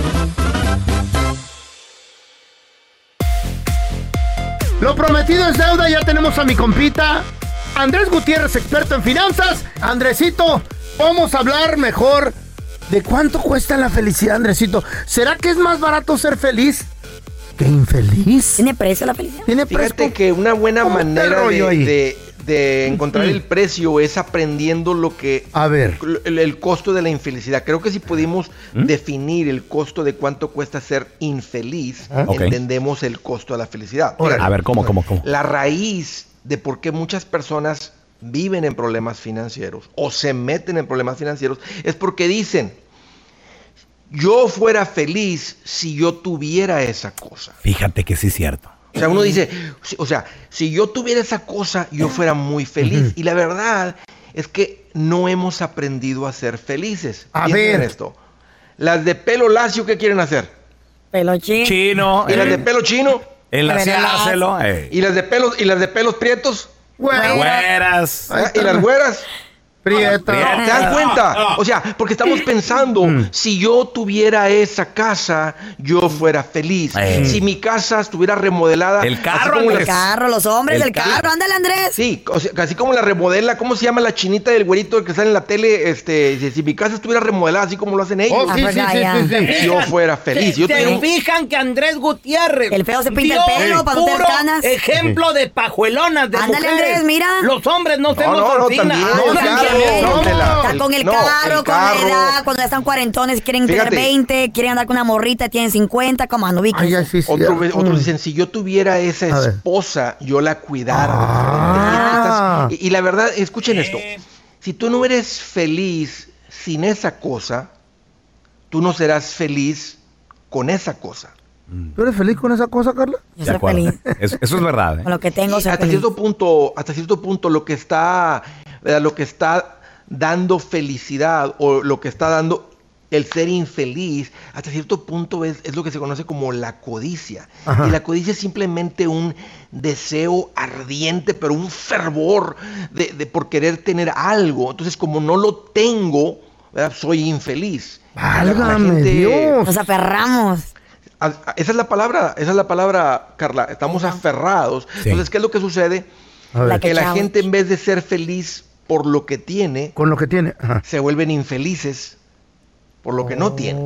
Speaker 1: Lo prometido es deuda, ya tenemos a mi compita Andrés Gutiérrez, experto en finanzas. Andresito, vamos a hablar mejor de cuánto cuesta la felicidad, Andresito. ¿Será que es más barato ser feliz que infeliz?
Speaker 4: ¿Tiene precio la felicidad?
Speaker 1: ¿Tiene
Speaker 15: Fíjate
Speaker 1: precio?
Speaker 15: que una buena manera de, de, de encontrar
Speaker 1: Mm.
Speaker 15: el precio es aprendiendo lo que
Speaker 1: A ver.
Speaker 15: el, el costo de la infelicidad. Creo que si pudimos
Speaker 3: ¿Mm?
Speaker 15: definir el costo de cuánto cuesta ser infeliz,
Speaker 3: Ah. Ok.
Speaker 15: entendemos el costo de la felicidad.
Speaker 3: Órale. A ver, ¿cómo, cómo, cómo?
Speaker 15: La raíz de por qué muchas personas viven en problemas financieros o se meten en problemas financieros es porque dicen: yo fuera feliz si yo tuviera esa cosa.
Speaker 3: Fíjate que sí es cierto.
Speaker 15: O sea, uno dice, si- o sea, si yo tuviera esa cosa, yo fuera muy feliz. Y la verdad es que no hemos aprendido a ser felices.
Speaker 1: A
Speaker 15: Piensen en
Speaker 1: ver.
Speaker 15: esto. Las de pelo lacio, ¿qué quieren hacer?
Speaker 4: Pelo chino.
Speaker 3: Chino.
Speaker 15: ¿Y las
Speaker 3: eh,
Speaker 15: de pelo chino?
Speaker 3: enlaceárselo. eh.
Speaker 15: ¿Y las de pelos, y las de pelos prietos?
Speaker 3: Güeras.
Speaker 15: ¿Ah? ¿Y las güeras?
Speaker 1: Prieta.
Speaker 15: ¿Te das cuenta? O sea, porque estamos pensando, si yo tuviera esa casa, yo fuera feliz.
Speaker 3: Eh.
Speaker 15: Si mi casa estuviera remodelada.
Speaker 3: El
Speaker 15: así
Speaker 3: carro,
Speaker 15: como
Speaker 3: Andrés.
Speaker 15: la-
Speaker 4: El carro, los hombres,
Speaker 3: El
Speaker 4: el, carro.
Speaker 3: carro.
Speaker 4: Ándale, Andrés.
Speaker 15: Sí, o sea, así como la remodela, ¿cómo se llama la chinita del güerito que sale en la tele? Este, si, si mi casa estuviera remodelada así como lo hacen ellos,
Speaker 1: Oh, sí, sí, sí, sí, sí.
Speaker 15: si yo fuera feliz. Yo
Speaker 8: ¿Se
Speaker 15: tuviera un-
Speaker 8: fijan que Andrés Gutiérrez,
Speaker 4: El feo se pinta el
Speaker 8: dio
Speaker 4: pelo para no tener
Speaker 8: puro
Speaker 4: canas?
Speaker 8: ejemplo de pajuelonas de
Speaker 4: Ándale,
Speaker 8: mujeres?
Speaker 4: Andrés, mira.
Speaker 8: Los hombres no
Speaker 15: No,
Speaker 8: hacemos
Speaker 15: no, no,
Speaker 8: oficina.
Speaker 15: también,
Speaker 8: Ah,
Speaker 15: el
Speaker 8: no,
Speaker 15: carro,
Speaker 8: también.
Speaker 15: no, de la-
Speaker 4: Está con el
Speaker 15: no,
Speaker 4: carro,
Speaker 15: el
Speaker 4: con la
Speaker 15: carro.
Speaker 4: edad, cuando ya están cuarentones, quieren
Speaker 15: Fíjate.
Speaker 4: tener veinte, quieren andar con una morrita, tienen cincuenta, como ando, Vicky.
Speaker 1: Ay, ay, sí, sí.
Speaker 15: Otro-
Speaker 1: Mm.
Speaker 15: otros dicen, si yo tuviera esa
Speaker 1: A ver.
Speaker 15: esposa, yo la cuidara.
Speaker 1: Ah.
Speaker 15: Y, y la verdad, escuchen esto. Si tú no eres feliz sin esa cosa, tú no serás feliz con esa cosa.
Speaker 1: ¿Tú eres feliz con esa cosa, Carla?
Speaker 4: Yo
Speaker 3: De
Speaker 4: soy
Speaker 3: acuerdo.
Speaker 4: feliz.
Speaker 3: Eso, eso es verdad. ¿eh?
Speaker 4: Con lo que tengo,
Speaker 15: Y
Speaker 4: soy
Speaker 15: hasta
Speaker 4: feliz.
Speaker 15: cierto punto, hasta cierto punto, lo que está, ¿verdad? lo que está dando felicidad o lo que está dando el ser infeliz, hasta cierto punto es, es lo que se conoce como la codicia.
Speaker 1: Ajá.
Speaker 15: Y la codicia es simplemente un deseo ardiente, pero un fervor de, de por querer tener algo. Entonces, como no lo tengo, ¿verdad? Soy infeliz.
Speaker 1: Válgame Dios.
Speaker 4: Nos aferramos.
Speaker 15: A- a- Esa es la palabra, esa es la palabra, Carla. Estamos aferrados.
Speaker 3: Sí.
Speaker 15: Entonces, ¿qué es lo que sucede?
Speaker 1: A ver.
Speaker 4: La
Speaker 15: Que la
Speaker 4: challenge.
Speaker 15: gente, en vez de ser feliz por lo que tiene,
Speaker 1: Con lo que tiene. Ajá.
Speaker 15: se vuelven infelices por lo que no tienen.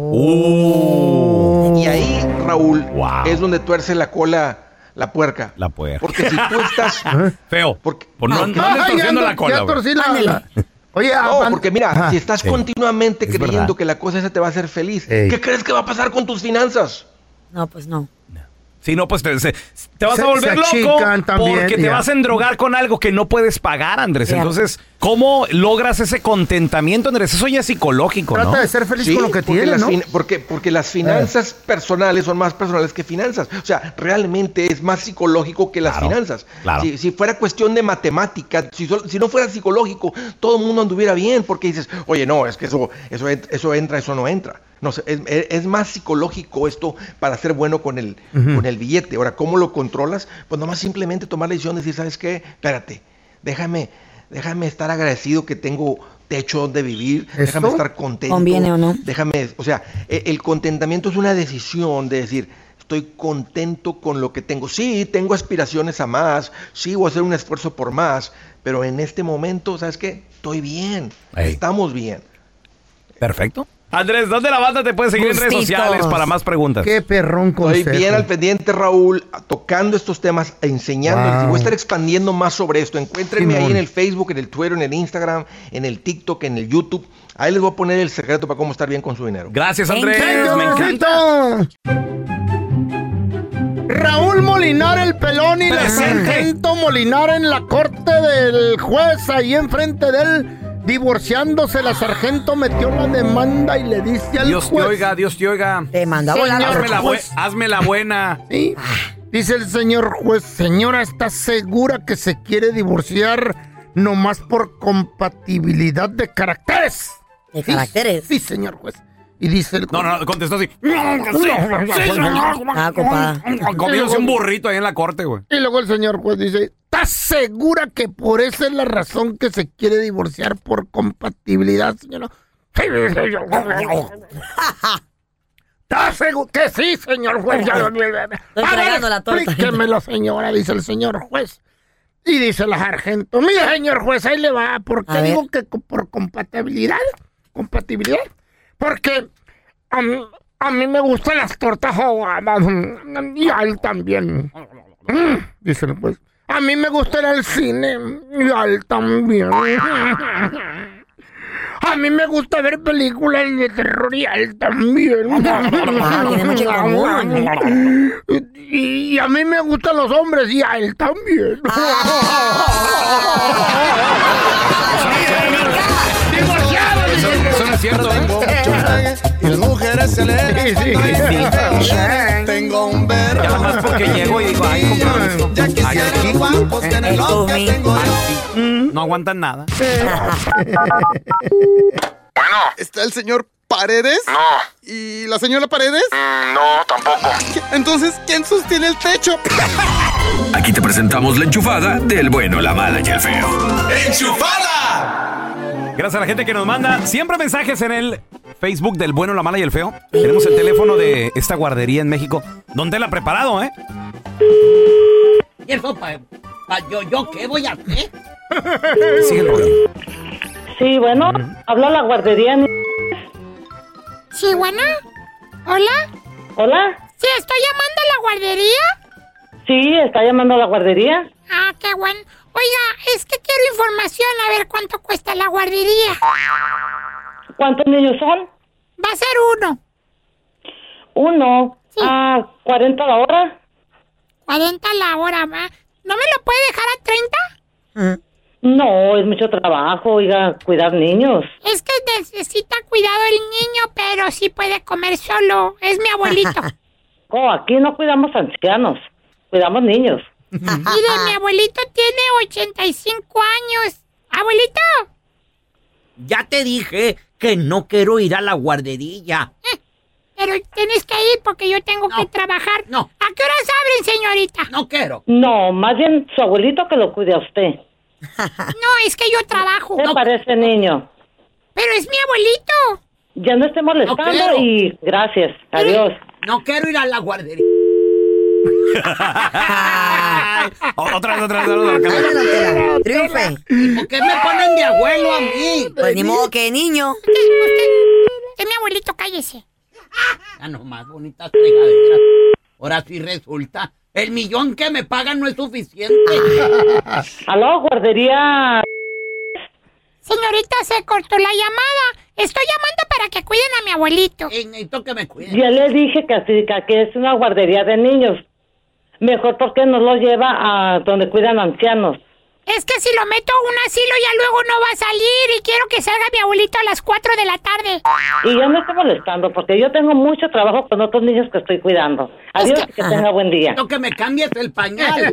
Speaker 3: Uh,
Speaker 15: Y ahí, Raúl,
Speaker 3: Wow.
Speaker 15: es donde tuerce la cola la puerca.
Speaker 3: la puerca.
Speaker 15: Porque si tú estás...
Speaker 3: Feo.
Speaker 15: Porque,
Speaker 3: Por no,
Speaker 15: no,
Speaker 3: no andes
Speaker 1: Ay,
Speaker 3: torciendo
Speaker 1: ando-
Speaker 3: la cola,
Speaker 1: ya
Speaker 3: güey.
Speaker 1: torcí la-
Speaker 4: Ándale.
Speaker 1: la- Oye,
Speaker 15: no,
Speaker 1: Apan-
Speaker 15: porque mira,
Speaker 1: Ajá.
Speaker 15: si estás
Speaker 3: Sí.
Speaker 15: continuamente
Speaker 3: Es
Speaker 15: creyendo
Speaker 3: verdad.
Speaker 15: que la cosa esa te va a hacer feliz,
Speaker 1: Ey.
Speaker 15: ¿qué crees que va a pasar con tus finanzas?
Speaker 4: No, pues no.
Speaker 3: Si no, pues te, se- te vas
Speaker 1: Se-
Speaker 3: a volver
Speaker 1: se
Speaker 3: loco
Speaker 1: achican también,
Speaker 3: porque te
Speaker 1: ya.
Speaker 3: vas a endrogar con algo que no puedes pagar, Andrés.
Speaker 4: Ya.
Speaker 3: Entonces, ¿cómo logras ese contentamiento, Andrés? Eso ya es psicológico, ¿no?
Speaker 1: Trata de ser feliz
Speaker 15: Sí,
Speaker 1: con lo que
Speaker 15: porque
Speaker 1: tiene,
Speaker 15: las
Speaker 1: ¿no?
Speaker 15: fin- porque, porque las finanzas personales son más personales que finanzas. O sea, realmente es más psicológico que las
Speaker 3: Claro,
Speaker 15: finanzas.
Speaker 3: claro.
Speaker 15: Si, si fuera cuestión de matemática, si, sol- si no fuera psicológico, todo el mundo anduviera bien, porque dices, oye, no, es que eso, eso, en- eso entra, eso no entra. No sé, es, es- es más psicológico esto para ser bueno con el,
Speaker 1: Ujú.
Speaker 15: con el billete. Ahora, ¿cómo lo controlas? Pues nomás simplemente tomar la decisión de decir, ¿sabes qué? Espérate, déjame, déjame estar agradecido que tengo techo donde vivir, déjame
Speaker 1: ¿Eso?
Speaker 15: estar contento.
Speaker 4: ¿Conviene o no?
Speaker 15: Déjame, o sea, e- el contentamiento es una decisión de decir, estoy contento con lo que tengo. Sí, tengo aspiraciones a más, sí, voy a hacer un esfuerzo por más, pero en este momento, ¿sabes qué? Estoy bien, Ey. estamos bien.
Speaker 3: Perfecto. Andrés, ¿dónde la banda te puede seguir Gustitos. en redes sociales para más preguntas?
Speaker 1: Qué perrón consejo.
Speaker 15: Estoy bien al pendiente, Raúl, tocando estos temas, enseñándoles. Wow. Y voy a estar expandiendo más sobre esto. Encuéntrenme Simón. ahí en el Facebook, en el Twitter, en el Instagram, en el TikTok, en el YouTube. Ahí les voy a poner el secreto para cómo estar bien con su dinero.
Speaker 3: Gracias, Andrés. Me
Speaker 1: encanta. Raúl Molinar, el pelón, y la sargento Molinar en la corte del juez, ahí enfrente de él. Divorciándose, la sargento metió la demanda y le dice al
Speaker 3: Dios
Speaker 1: juez...
Speaker 3: te oiga, Dios te oiga.
Speaker 4: Te manda a volar.
Speaker 3: Hazme la, bu- hazme la buena.
Speaker 1: ¿Sí? Dice el señor juez, señora, ¿está segura que se quiere divorciar nomás por compatibilidad de caracteres?
Speaker 4: ¿De caracteres?
Speaker 1: Sí, sí, señor juez. Y dice el...
Speaker 3: No, no, contestó así. Sí, sí,
Speaker 4: ah, compadre.
Speaker 3: Comióse un burrito ahí en la corte, güey.
Speaker 1: Y luego el señor juez dice, ¿estás segura que por esa es la razón que se quiere divorciar por compatibilidad, señora? ¿Estás segura? Que sí, señor juez. Explíquemelo, señora, dice el señor juez. Y dice la sargento, mira, señor juez, ahí le va. ¿Por qué digo que por compatibilidad? ¿Compatibilidad? Porque a mí, a mí me gustan las tortas ahogadas y a él también. Dice el juez. A mí me gusta ir al cine y a él también. A mí me gusta ver películas de terror y a él también. y, y a mí me gustan los hombres y a él también.
Speaker 3: Eso no es cierto.
Speaker 16: Y las mujeres se leen.
Speaker 3: Sí, sí.
Speaker 16: Tengo un verbo.
Speaker 3: Ya más porque llego y digo, ay, comprame esto.
Speaker 16: Ya quisiera los guapos tener lo que tengo yo.
Speaker 3: No aguantan nada.
Speaker 17: Bueno.
Speaker 16: ¿Está el señor Paredes?
Speaker 17: No.
Speaker 16: ¿Y la señora Paredes?
Speaker 17: Mm, no, tampoco.
Speaker 16: Entonces, ¿quién sostiene el techo?
Speaker 2: Aquí te presentamos la enchufada del bueno, la mala y el feo.
Speaker 17: ¡Enchufada!
Speaker 3: Gracias a la gente que nos manda siempre mensajes en el Facebook del bueno, la mala y el feo. Tenemos el teléfono de esta guardería en México. ¿Dónde la ha preparado, eh?
Speaker 8: ¿Y eso para pa yo, yo qué voy a hacer?
Speaker 3: Sigue el rollo.
Speaker 18: Sí, bueno, habla la guardería.
Speaker 19: Sí, bueno. ¿Hola?
Speaker 18: ¿Hola?
Speaker 19: Sí, estoy llamando a la guardería.
Speaker 18: Sí, está llamando a la guardería.
Speaker 19: Ah, qué bueno. Oiga, es que quiero información, a ver cuánto cuesta la guardería.
Speaker 18: ¿Cuántos niños son?
Speaker 19: Va a ser uno.
Speaker 18: Uno. Sí. Ah, ¿cuarenta la hora?
Speaker 19: cuarenta la hora, ¿va? ¿No me lo puede dejar a treinta?
Speaker 18: No, es mucho trabajo, oiga, cuidar niños.
Speaker 19: Es que necesita cuidado el niño, pero sí puede comer solo. Es mi abuelito.
Speaker 18: Oh, aquí no cuidamos ancianos, cuidamos niños.
Speaker 19: Mire, mi abuelito tiene ochenta y cinco años. ¿Abuelito?
Speaker 8: Ya te dije que no quiero ir a la guardería.
Speaker 19: Eh, pero tienes que ir porque yo tengo no, que trabajar.
Speaker 8: No.
Speaker 19: ¿A qué horas abren, señorita?
Speaker 8: No quiero.
Speaker 18: No, más bien su abuelito que lo cuide a usted.
Speaker 19: No, es que yo trabajo.
Speaker 18: ¿Qué
Speaker 19: no.
Speaker 18: parece, niño?
Speaker 19: Pero es mi abuelito.
Speaker 18: Ya no esté molestando no y gracias. Adiós.
Speaker 8: No quiero ir a la guardería.
Speaker 3: otra vez, otra vez, otra vez.
Speaker 4: Triunfe.
Speaker 8: ¿Por qué me ponen de abuelo a mí?
Speaker 4: Pues ni modo que niño.
Speaker 19: Usted, usted, usted mi abuelito, cállese.
Speaker 8: Ah, no más bonitas fregaderas. Ahora sí resulta. El millón que me pagan no es suficiente.
Speaker 18: ¿Aló, guardería?
Speaker 19: Señorita, se cortó la llamada. Estoy llamando para que cuiden a mi abuelito.
Speaker 8: Eh, necesito que me cuiden.
Speaker 18: Ya le dije que así que aquí es una guardería de niños. Mejor porque no lo lleva a donde cuidan ancianos.
Speaker 19: Es que si lo meto a un asilo ya luego no va a salir y quiero que salga mi abuelito a las cuatro de la tarde.
Speaker 18: Y ya me estoy molestando porque yo tengo mucho trabajo con otros niños que estoy cuidando. Adiós, es que, que tenga buen día.
Speaker 8: Necesito que me cambies el pañal.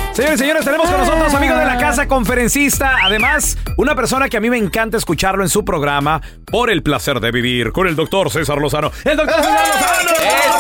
Speaker 3: Señores y señores, tenemos con nosotros amigos de la casa, conferencista, además, una persona que a mí me encanta escucharlo en su programa, Por el placer de vivir, con el doctor César Lozano. ¡El doctor César Lozano!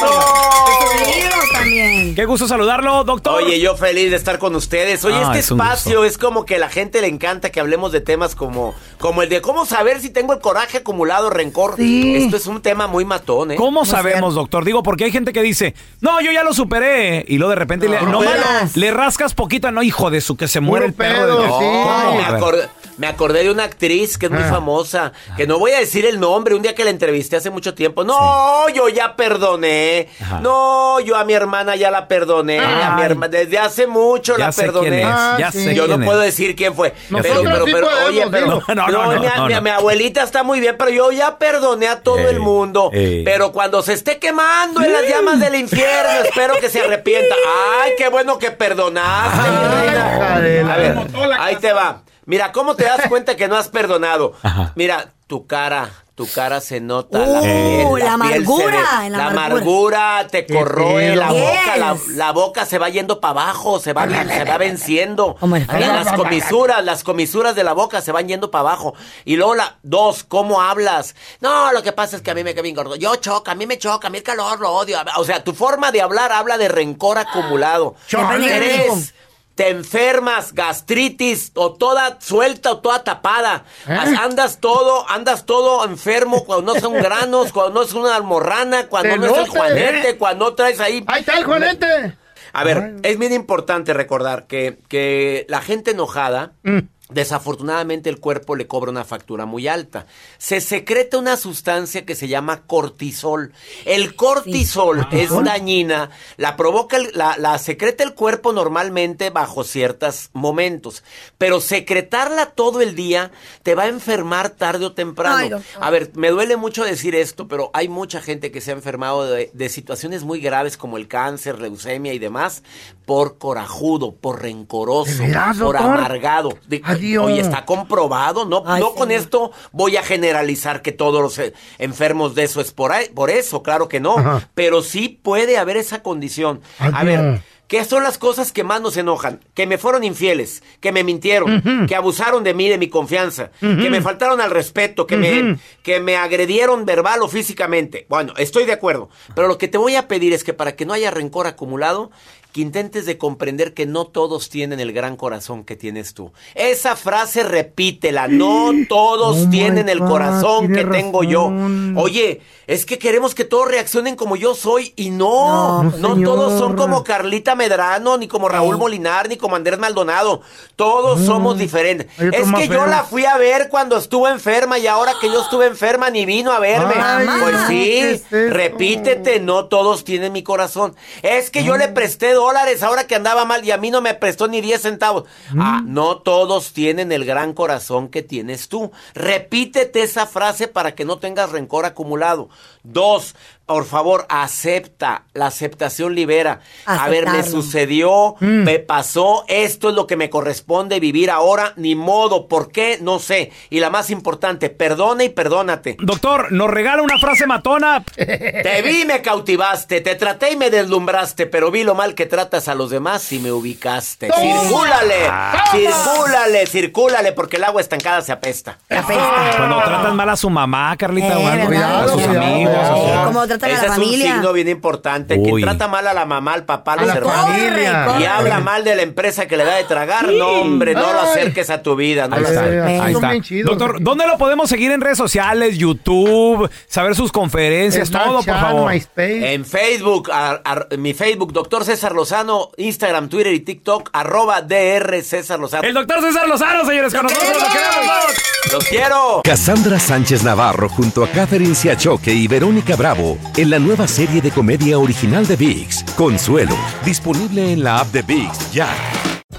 Speaker 4: ¡Eso! También.
Speaker 3: Qué gusto saludarlo, doctor.
Speaker 20: Oye, yo feliz de estar con ustedes. Oye,
Speaker 3: Ah,
Speaker 20: este
Speaker 3: es un
Speaker 20: espacio
Speaker 3: gusto.
Speaker 20: es como que a la gente le encanta que hablemos de temas como, como el de cómo saber si tengo el coraje acumulado, rencor.
Speaker 3: Sí.
Speaker 20: Esto es un tema muy matón, ¿eh?
Speaker 3: ¿Cómo sabemos, doctor? Digo, porque hay gente que dice, no, yo ya lo superé. Y luego de repente le,
Speaker 20: No,
Speaker 3: no,
Speaker 20: verás.
Speaker 3: le rascas poquito, no, hijo de su, que se muere el perro.
Speaker 20: No,
Speaker 3: de- ¿Cómo?
Speaker 20: me, acordé, me acordé de una actriz que es muy
Speaker 3: Ah.
Speaker 20: famosa, que no voy a decir el nombre, un día que la entrevisté hace mucho tiempo. No, yo ya perdoné.
Speaker 3: Ajá.
Speaker 20: No, yo a mi hermana ya la perdoné. A mi
Speaker 3: Ay.
Speaker 20: herma- desde hace mucho
Speaker 3: Ya
Speaker 20: la
Speaker 3: sé
Speaker 20: perdoné.
Speaker 3: quién es, Ah, ya sí. sé
Speaker 20: Yo
Speaker 3: quién
Speaker 20: no puedo
Speaker 3: es.
Speaker 20: decir quién fue.
Speaker 3: Nosotros
Speaker 20: Pero, pero,
Speaker 3: sí
Speaker 20: pero,
Speaker 3: podemos,
Speaker 20: oye, pero.
Speaker 3: dilo. No, no, no, no,
Speaker 20: mi,
Speaker 3: no,
Speaker 20: mi-
Speaker 3: no.
Speaker 20: mi abuelita está muy bien, pero yo ya perdoné a todo el mundo.
Speaker 3: ey.
Speaker 20: Pero cuando se esté quemando en las llamas del infierno, espero que se arrepienta. Ay, qué bueno que perdonaste, mi reina. A ver, ahí te va. Mira, ¿cómo te das cuenta que no has perdonado? Mira, tu cara, tu cara se nota. la
Speaker 4: Uh,
Speaker 20: piel,
Speaker 4: la
Speaker 20: piel se
Speaker 4: amargura,
Speaker 20: ve-
Speaker 4: la
Speaker 20: La
Speaker 4: amargura.
Speaker 20: amargura te
Speaker 4: Qué
Speaker 20: corroe,
Speaker 4: pedo.
Speaker 20: la boca, la,
Speaker 4: Yes.
Speaker 20: la boca se va yendo para abajo, se va, se va venciendo.
Speaker 4: el
Speaker 20: Las, las comisuras, las comisuras de la boca se van yendo para abajo. Y luego la, dos, ¿cómo hablas? No, lo que pasa es que a mí me queda bien gordo. Yo choca, a mí me choca, a mí el calor lo odio. O sea, tu forma de hablar habla de rencor acumulado.
Speaker 4: Chale.
Speaker 20: Tres, te enfermas, gastritis, o toda suelta o toda tapada.
Speaker 1: ¿Eh?
Speaker 20: Andas todo, andas todo enfermo cuando no son granos, cuando no es una almorrana, cuando no es el
Speaker 1: Pelote.
Speaker 20: Juanete, cuando no traes ahí.
Speaker 1: Ahí está el Juanete.
Speaker 20: A ver, es bien importante recordar que, que la gente enojada, desafortunadamente el cuerpo le cobra una factura muy alta. Se secreta una sustancia que se llama cortisol. El cortisol
Speaker 4: Sí.
Speaker 20: es dañina, la provoca, el- la, la secreta el cuerpo normalmente bajo ciertos momentos, pero secretarla todo el día te va a enfermar tarde o temprano.
Speaker 4: Ay, doctor.
Speaker 20: A ver, me duele mucho decir esto, pero hay mucha gente que se ha enfermado de, de situaciones muy graves como el cáncer, leucemia y demás, por corajudo, por rencoroso,
Speaker 1: ¿De veras,
Speaker 20: por
Speaker 1: doctor?
Speaker 20: amargado. De-
Speaker 1: Adiós.
Speaker 20: Oye, está comprobado, no,
Speaker 4: Ay,
Speaker 20: no con
Speaker 4: señor.
Speaker 20: esto voy a generalizar que todos los eh, enfermos de eso es por, ahí- por eso, claro que no,
Speaker 1: Ajá.
Speaker 20: pero sí puede haber esa condición. A
Speaker 1: Adiós.
Speaker 20: ver, ¿qué son las cosas que más nos enojan? Que me fueron infieles, que me mintieron,
Speaker 1: Ujú.
Speaker 20: que abusaron de mí, de mi confianza,
Speaker 1: Ujú.
Speaker 20: que me faltaron al respeto, que, me,
Speaker 1: Ujú.
Speaker 20: que me agredieron verbal o físicamente. Bueno, estoy de acuerdo, pero lo que te voy a pedir es que para que no haya rencor acumulado, que intentes de comprender que no todos tienen el gran corazón que tienes tú. Esa frase repítela, no todos
Speaker 1: Oh my
Speaker 20: tienen el
Speaker 1: God,
Speaker 20: corazón que
Speaker 1: tiene
Speaker 20: tengo yo.
Speaker 1: razón.
Speaker 20: Oye, es que queremos que todos reaccionen como yo soy y no,
Speaker 1: No,
Speaker 20: no,
Speaker 1: señor.
Speaker 20: todos son como Carlita Medrano, ni como Raúl Molinar, ni como Andrés Maldonado. Todos somos diferentes.
Speaker 1: hay otros
Speaker 20: Es
Speaker 1: más
Speaker 20: que yo
Speaker 1: feos.
Speaker 20: la fui a ver cuando estuvo enferma y ahora que yo estuve enferma ni vino a verme.
Speaker 1: Ay,
Speaker 20: pues
Speaker 1: ¿qué
Speaker 20: sí,
Speaker 1: es eso?
Speaker 20: repítete, no todos tienen mi corazón. Es que yo le presté dólares ahora que andaba mal y a mí no me prestó ni diez centavos. Ah, no todos tienen el gran corazón que tienes tú. Repítete esa frase para que no tengas rencor acumulado. Dos, por favor, acepta. La aceptación libera. A ver, me
Speaker 4: Aceptarlo.
Speaker 20: sucedió,
Speaker 1: Mm.
Speaker 20: me pasó, esto es lo que me corresponde vivir ahora, ni modo. ¿Por qué? No sé. Y la más importante, perdona y perdónate.
Speaker 3: Doctor, nos regala una frase matona.
Speaker 20: Te vi y me cautivaste, te traté y me deslumbraste, pero vi lo mal que tratas a los demás y me ubicaste.
Speaker 1: ¡Toma!
Speaker 20: ¡Circúlale!
Speaker 1: ¡Toma!
Speaker 20: ¡Circúlale! ¡Circúlale! Porque el agua estancada se apesta.
Speaker 3: Cuando tratan mal a su mamá, Carlita,
Speaker 4: Eh,
Speaker 3: o algo,
Speaker 4: ¿verdad?
Speaker 3: a sus
Speaker 1: Cuidado,
Speaker 3: amigos.
Speaker 1: cuidado.
Speaker 3: o sea.
Speaker 4: Eh, ¿cómo tratan a
Speaker 20: Ese
Speaker 4: la
Speaker 20: es
Speaker 4: familia?
Speaker 20: un signo bien importante.
Speaker 3: Uy.
Speaker 20: Quien trata mal a la mamá, al papá, a los
Speaker 1: la
Speaker 20: hermanos.
Speaker 1: familia.
Speaker 4: Corre,
Speaker 20: Y
Speaker 4: corre.
Speaker 20: habla mal de la empresa que le da de tragar. No, hombre, no lo
Speaker 1: Ay.
Speaker 20: acerques a tu vida. No
Speaker 3: Ahí
Speaker 20: lo
Speaker 3: está,
Speaker 20: acerques.
Speaker 1: Eh,
Speaker 3: ahí
Speaker 1: son
Speaker 3: está.
Speaker 1: bien chidos.
Speaker 3: Doctor, ¿dónde lo podemos seguir en redes sociales? YouTube, saber sus conferencias, todo, por
Speaker 1: Snapchat,
Speaker 3: favor.
Speaker 1: MySpace.
Speaker 20: En Facebook, a- a- mi Facebook, doctor César Lozano, Instagram, Twitter y TikTok, arroba DR César Lozano.
Speaker 3: El doctor César Lozano, señores, con nosotros lo queremos.
Speaker 20: ¡Los quiero!
Speaker 2: Cassandra Sánchez Navarro junto a Catherine Siachoque y Verónica Bravo en la nueva serie de comedia original de ViX, Consuelo, disponible en la app de ViX ya.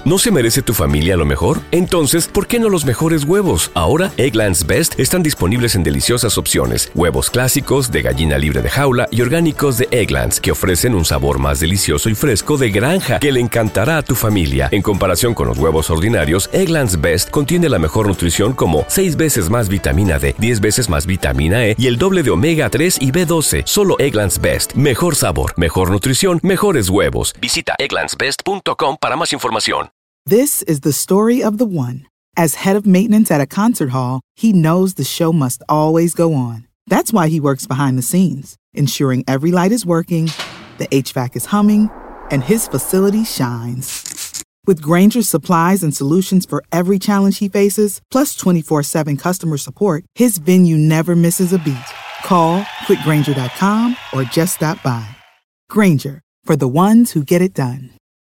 Speaker 9: ¿No se merece tu familia lo mejor? Entonces, ¿por qué no los mejores huevos? Ahora, Eggland's Best están disponibles en deliciosas opciones. Huevos clásicos, de gallina libre de jaula y orgánicos de Eggland's, que ofrecen un sabor más delicioso y fresco de granja que le encantará a tu familia. En comparación con los huevos ordinarios, Eggland's Best contiene la mejor nutrición como seis veces más vitamina D, diez veces más vitamina E y el doble de omega tres y B doce. Solo Eggland's Best. Mejor sabor, mejor nutrición, mejores huevos. Visita egglands best punto com para más información.
Speaker 10: This is the story of the one. As head of maintenance at a concert hall, he knows the show must always go on. That's why he works behind the scenes, ensuring every light is working, the H V A C is humming, and his facility shines. With Grainger's supplies and solutions for every challenge he faces, plus twenty-four seven customer support, his venue never misses a beat. Call quick grainger dot com or just stop by. Grainger, for the ones who get it done.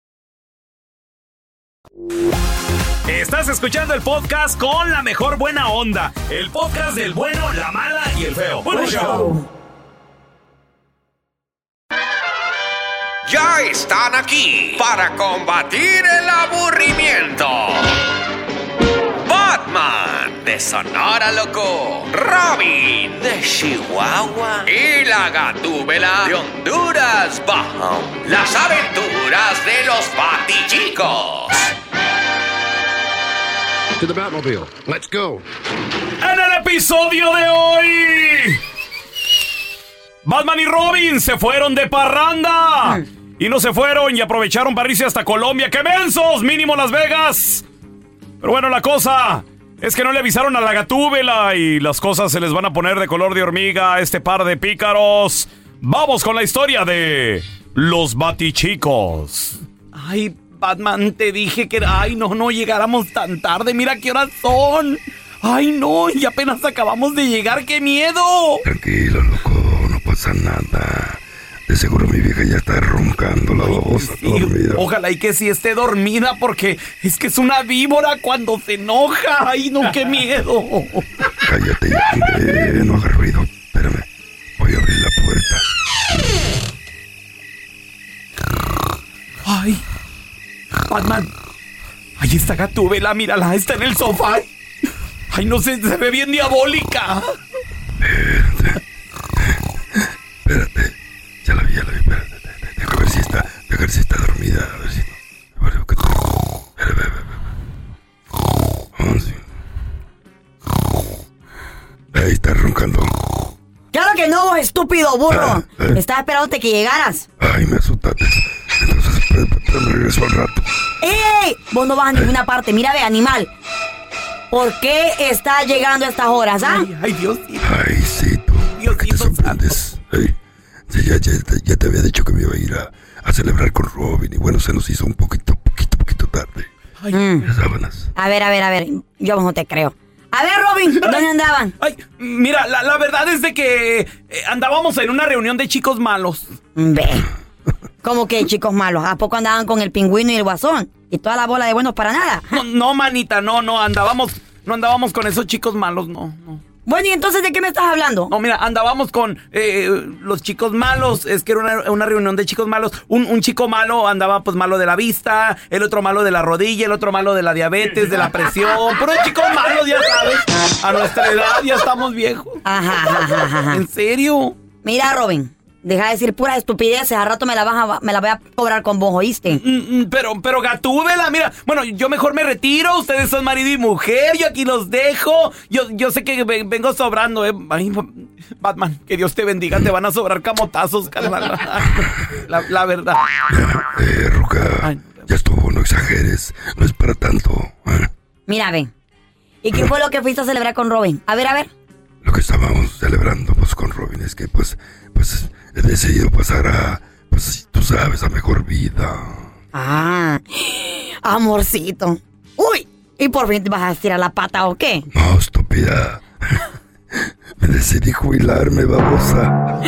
Speaker 3: Estás escuchando el podcast con la mejor buena onda. El podcast del bueno, la mala y el feo. ¡Buen show!
Speaker 21: Ya están aquí para combatir el aburrimiento. Batman de Sonora Loco, Robin de Chihuahua y la Gatúbela de Honduras Bajo. Las aventuras de los Batichicos.
Speaker 22: To the Batmobile. Let's go.
Speaker 3: En el episodio de hoy, Batman y Robin se fueron de parranda. Y no se fueron y aprovecharon para irse hasta Colombia. ¡Qué mensos! Mínimo Las Vegas. Pero bueno, la cosa es que no le avisaron a la Gatúbela y las cosas se les van a poner de color de hormiga a este par de pícaros. Vamos con la historia de los Batichicos. Ay, Batman, te dije que... Ay, no, no llegáramos tan tarde. Mira qué horas son. Ay, no, y apenas acabamos de llegar. ¡Qué miedo!
Speaker 22: Tranquilo, loco, no pasa nada. De seguro mi vieja ya está roncando la babosa,
Speaker 3: sí,
Speaker 22: dormida.
Speaker 3: Ojalá y que sí esté dormida, porque es que es una víbora cuando se enoja. ¡Ay, no, qué miedo!
Speaker 22: Cállate, eh, no hagas ruido. Espérame, voy a abrir la puerta.
Speaker 3: ¡Ay! Batman, ahí está Gatúbela, mírala, está en el sofá. Ay, no sé, se ve bien diabólica.
Speaker 22: Espérate, espérate, ya la vi, ya la vi, espérate, déjame ver si está, déjame ver si está dormida, a ver si... Ahí está roncando.
Speaker 4: ¡Claro que no, vos estúpido burro! Ah, eh. Estaba esperándote que llegaras.
Speaker 22: Ay, me asustaste. Entonces, pero me regreso al rato.
Speaker 4: ¡Ey! Vos no vas a ninguna parte. Mira, ve, animal. ¿Por qué estás llegando a estas horas, ah?
Speaker 3: Ay, ay, Diosito.
Speaker 22: Ay, sí, tú. ¿Por qué te sorprendes? Ay, ya, ya, ya te había dicho que me iba a ir a, a celebrar con Robin. Y bueno, se nos hizo un poquito, poquito, poquito tarde.
Speaker 3: Ay, mm.
Speaker 22: Las sábanas.
Speaker 4: A ver, a ver, a ver. Yo no te creo. A ver, Robin, ¿dónde andaban?
Speaker 3: Ay, mira, la, la verdad es de que eh, andábamos en una reunión de chicos malos.
Speaker 4: Ve. ¿Cómo que chicos malos? ¿A poco andaban con el pingüino y el guasón? ¿Y toda la bola de buenos para nada?
Speaker 3: No, no, manita, no, no, andábamos, no andábamos con esos chicos malos, no, no.
Speaker 4: Bueno, ¿y entonces de qué me estás hablando?
Speaker 3: No, mira, andábamos con eh, los chicos malos. Es que era una, una reunión de chicos malos. Un, un chico malo andaba pues malo de la vista, el otro malo de la rodilla, el otro malo de la diabetes, de la presión. Pero chicos malos, ya sabes. A nuestra edad ya estamos viejos.
Speaker 4: Ajá, ajá, ajá.
Speaker 3: ¿En serio?
Speaker 4: Mira, Robin, deja de decir puras estupideces. Al rato me la, vas a, me la voy a cobrar con vos, ¿oíste?
Speaker 3: Mm, mm, pero, pero Gatúbela, mira. Bueno, yo mejor me retiro. Ustedes son marido y mujer. Yo aquí los dejo. Yo, yo sé que vengo sobrando, ¿eh? Ay, Batman, que Dios te bendiga. Te van a sobrar camotazos, carnal. La, la verdad.
Speaker 22: Ya, eh, Ruca. Ay, ya estuvo, no exageres. No es para tanto. ¿eh?
Speaker 4: Mira, ven. ¿Y qué fue lo que fuiste a celebrar con Robin? A ver, a ver.
Speaker 22: Lo que estábamos celebrando pues con Robin es que pues, pues he decidido pasar a, pues tú sabes, a mejor vida.
Speaker 4: Ah, amorcito. Uy, ¿y por fin te vas a estirar la pata o qué?
Speaker 22: No, estúpida. Me decidí jubilarme, babosa.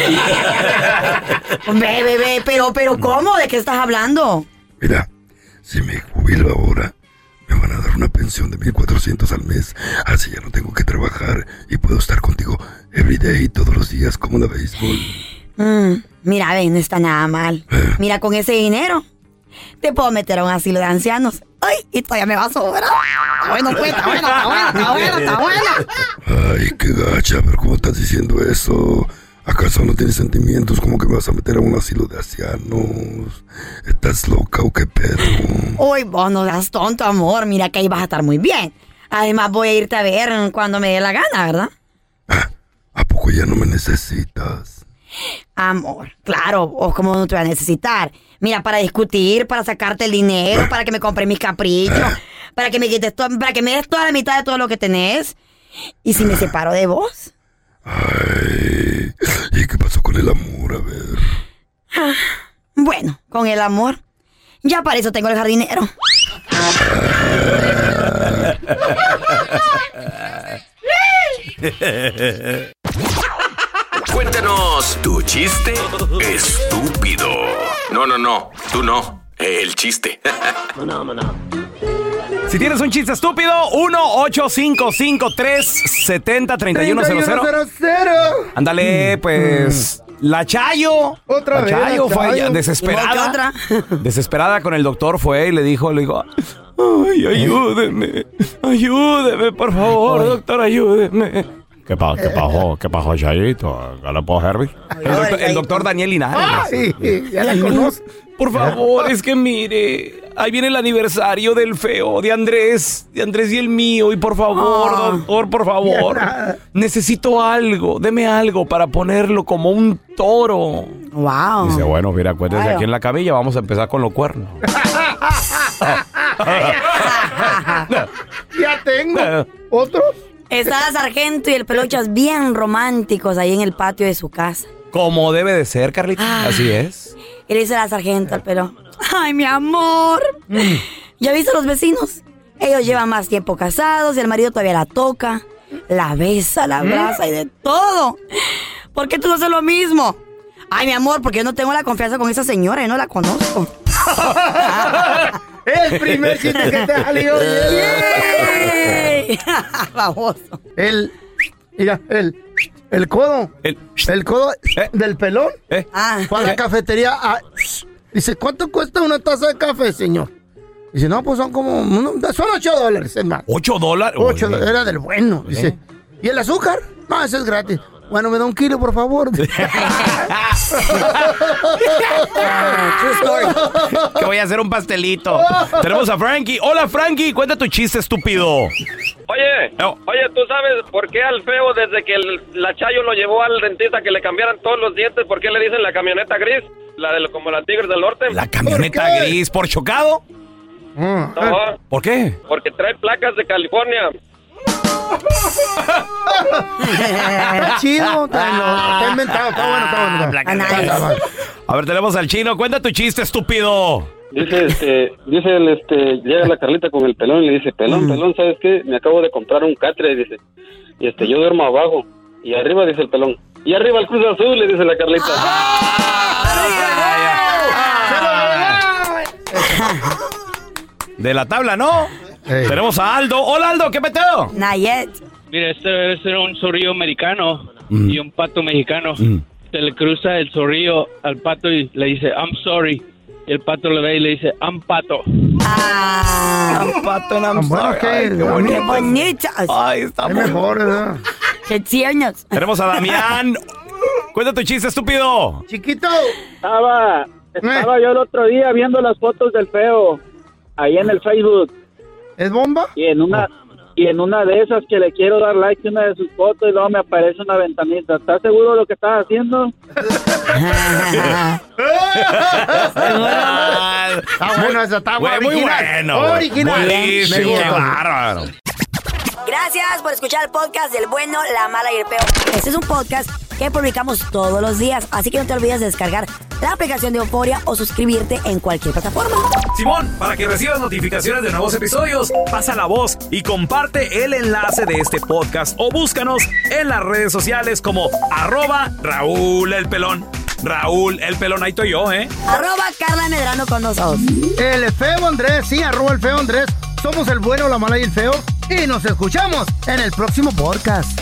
Speaker 4: Ve, bebé, pero, pero ¿cómo? ¿De qué estás hablando?
Speaker 22: Mira, si me jubilo ahora, me van a dar una pensión de mil cuatrocientos al mes. Así ya no tengo que trabajar y puedo estar contigo everyday, todos los días, como la béisbol.
Speaker 4: Mm, mira, ven, no está nada mal.
Speaker 22: ¿Eh?
Speaker 4: Mira, con ese dinero te puedo meter a un asilo de ancianos Ay, y todavía me va a sobrar. Está bueno, pues, está bueno, está bueno, está bueno, está bueno.
Speaker 22: Ay, qué gacha, pero ¿cómo estás diciendo eso? ¿Acaso no tienes sentimientos? ¿Cómo que me vas a meter a un asilo de ancianos? ¿Estás loca o qué pedo?
Speaker 4: Uy, vos no das tonto, amor. Mira que ahí vas a estar muy bien. Además voy a irte a ver cuando me dé la gana, ¿verdad?
Speaker 22: ¿A poco ya no me necesitas?
Speaker 4: Amor, claro, o como no te voy a necesitar. Mira, para discutir, para sacarte el dinero, para que me compre mis caprichos, para que me quites to- para que me des toda la mitad de todo lo que tenés. ¿Y si me separo de vos?
Speaker 22: Ay, ¿y qué pasó con el amor? A ver.
Speaker 4: Ah, bueno, con el amor. Ya para eso tengo el jardinero.
Speaker 21: Cuéntanos tu chiste estúpido. No, no, no, tú no. El chiste.
Speaker 3: Si tienes un chiste estúpido, uno ocho cinco cinco tres siete cero tres uno cero cero. Ándale, pues. La Chayo.
Speaker 1: Otra
Speaker 3: la
Speaker 1: vez,
Speaker 3: Chayo
Speaker 1: la
Speaker 3: fue
Speaker 1: Chayo.
Speaker 3: desesperada.
Speaker 4: Otra.
Speaker 3: Desesperada con el doctor fue y le dijo, le dijo, ay, ayúdeme, ayúdeme, por favor, doctor, ayúdeme. ¿Qué, pa ¿Qué pasó? ¿Qué pasó, Chayito? ¿Qué le puedo servir? El doctor, el doctor Daniel Linares.
Speaker 1: Ay, ya la conozco.
Speaker 3: Por favor, es que mire, ahí viene el aniversario del feo, de Andrés, de Andrés y el mío, y por favor,
Speaker 1: Oh,
Speaker 3: doctor, por favor, necesito algo, deme algo para ponerlo como un toro.
Speaker 4: Wow.
Speaker 3: Dice, bueno, mira, acuérdese
Speaker 4: Claro.
Speaker 3: aquí en la camilla, vamos a empezar con los cuernos.
Speaker 1: Ya tengo. ¿Otro?
Speaker 4: Está la sargento y el peluchas bien románticos ahí en el patio de su casa.
Speaker 3: Como debe de ser, Carlita,
Speaker 4: Ah.
Speaker 3: así es.
Speaker 4: Y le dice la sargento al pelo, ay, mi amor, ¿ya viste a los vecinos? Ellos llevan más tiempo casados y el marido todavía la toca, la besa, la abraza y de todo. ¿Por qué tú no haces lo mismo? Ay, mi amor, porque yo no tengo la confianza con esa señora, yo no la conozco.
Speaker 1: El primer chiste que te salió bien.
Speaker 4: Baboso.
Speaker 1: El, mira, el, el codo,
Speaker 3: El,
Speaker 1: el codo
Speaker 3: ¿Eh?
Speaker 1: del pelón.
Speaker 3: ¿Eh?
Speaker 4: Ah.
Speaker 1: Fue a la cafetería. a- dice, ¿cuánto cuesta una taza de café, señor? Dice, no, pues son como, uno- son ocho dólares, es más.
Speaker 3: ¿Ocho dólares?
Speaker 1: Ocho,
Speaker 3: Oye.
Speaker 1: era del bueno. Dice, ¿y el azúcar? No, ese es gratis. Bueno, me da un kilo, por favor.
Speaker 3: Que voy a hacer un pastelito. Tenemos a Frankie. Hola, Frankie, cuenta tu chiste estúpido.
Speaker 5: Oye,
Speaker 3: No.
Speaker 5: oye, ¿tú sabes por qué al feo desde que el- la Chayo lo llevó al dentista que le cambiaran todos los dientes? ¿Por qué le dicen la camioneta gris? La de lo- como la Tigres del Norte.
Speaker 3: La camioneta
Speaker 1: ¿Por qué?
Speaker 3: gris, ¿por chocado?
Speaker 5: No,
Speaker 3: ¿Por qué?
Speaker 5: porque trae placas de California.
Speaker 1: Está chido, está, no, está inventado, está bueno, está bueno. Está bueno. Está bueno.
Speaker 3: A ver, tenemos al chino. Cuenta tu chiste estúpido.
Speaker 5: Dice, este, dice el, este, llega la Carlita con el pelón y le dice, pelón, pelón, ¿sabes qué? Me acabo de comprar un catre, dice, y este, yo duermo abajo, y arriba, dice el pelón, y arriba el Cruz Azul, le dice la Carlita.
Speaker 3: De la tabla, ¿no? Tenemos a Aldo. Hola, Aldo, ¿qué peteo?
Speaker 4: Nayet.
Speaker 7: Mira, este es un zorrillo americano
Speaker 3: Mm.
Speaker 7: y un pato mexicano.
Speaker 3: Mm.
Speaker 7: Se le cruza el zorrillo al pato y le dice, I'm sorry. Y el pato le ve y le dice, I'm pato.
Speaker 4: Ah,
Speaker 3: Un pato en I'm
Speaker 1: Bueno,
Speaker 3: sorry.
Speaker 1: ¿qué?
Speaker 3: Ay, qué
Speaker 4: qué
Speaker 3: bonito.
Speaker 4: bonitas.
Speaker 3: Ay, está
Speaker 1: Es
Speaker 3: muy-
Speaker 1: mejor, ¿verdad?
Speaker 4: Qué tiernos.
Speaker 3: Tenemos a Damián. Cuenta tu chiste estúpido.
Speaker 1: Chiquito.
Speaker 5: Estaba, estaba yo el otro día viendo las fotos del feo, ahí en el Facebook,
Speaker 1: ¿Es bomba?
Speaker 5: y en una... Y en una de esas que le quiero dar like a una de sus fotos y luego me aparece una ventanita. ¿Estás seguro de lo que estás haciendo?
Speaker 1: Está bueno, esa está
Speaker 3: Güey, muy
Speaker 1: original.
Speaker 3: bueno. güey.
Speaker 1: Original.
Speaker 3: Buenísimo,
Speaker 1: Me
Speaker 3: qué
Speaker 1: gusta.
Speaker 3: bárbaro.
Speaker 4: Gracias por escuchar el podcast del bueno, la mala y el peor. Este es un podcast que publicamos todos los días, así que no te olvides de descargar la aplicación de Euforia o suscribirte en cualquier plataforma.
Speaker 3: Simón, para que recibas notificaciones de nuevos episodios, pasa la voz y comparte el enlace de este podcast o búscanos en las redes sociales como arroba Raúl el Pelón. Raúl el Pelón, ahí estoy yo, ¿eh?
Speaker 4: Arroba Carla Medrano con nosotros.
Speaker 1: El feo Andrés, sí, arroba el feo Andrés. Somos el bueno, la mala y el feo. Y nos escuchamos en el próximo podcast.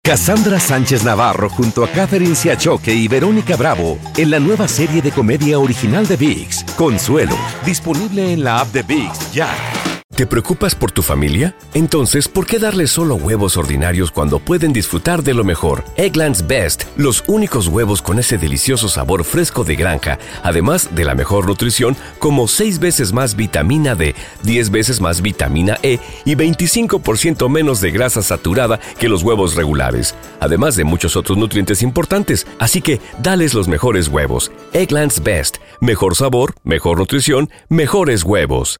Speaker 2: Cassandra Sánchez Navarro junto a Catherine Siachoque y Verónica Bravo en la nueva serie de comedia original de ViX, Consuelo, disponible en la app de ViX ya.
Speaker 9: ¿Te preocupas por tu familia? Entonces, ¿por qué darles solo huevos ordinarios cuando pueden disfrutar de lo mejor? Eggland's Best, los únicos huevos con ese delicioso sabor fresco de granja, además de la mejor nutrición, como seis veces más vitamina D, diez veces más vitamina E y veinticinco por ciento menos de grasa saturada que los huevos regulares, además de muchos otros nutrientes importantes. Así que, dales los mejores huevos. Eggland's Best, mejor sabor, mejor nutrición, mejores huevos.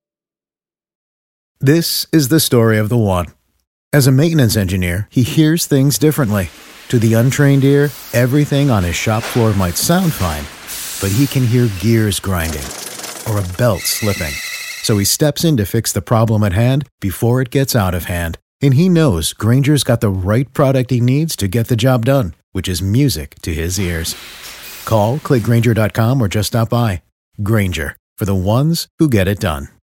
Speaker 6: This is the story of the one. As a maintenance engineer, he hears things differently. To the untrained ear, everything on his shop floor might sound fine, but he can hear gears grinding or a belt slipping. So he steps in to fix the problem at hand before it gets out of hand. And he knows Grainger's got the right product he needs to get the job done, which is music to his ears. Call, click Grainger dot com, or just stop by. Grainger, for the ones who get it done.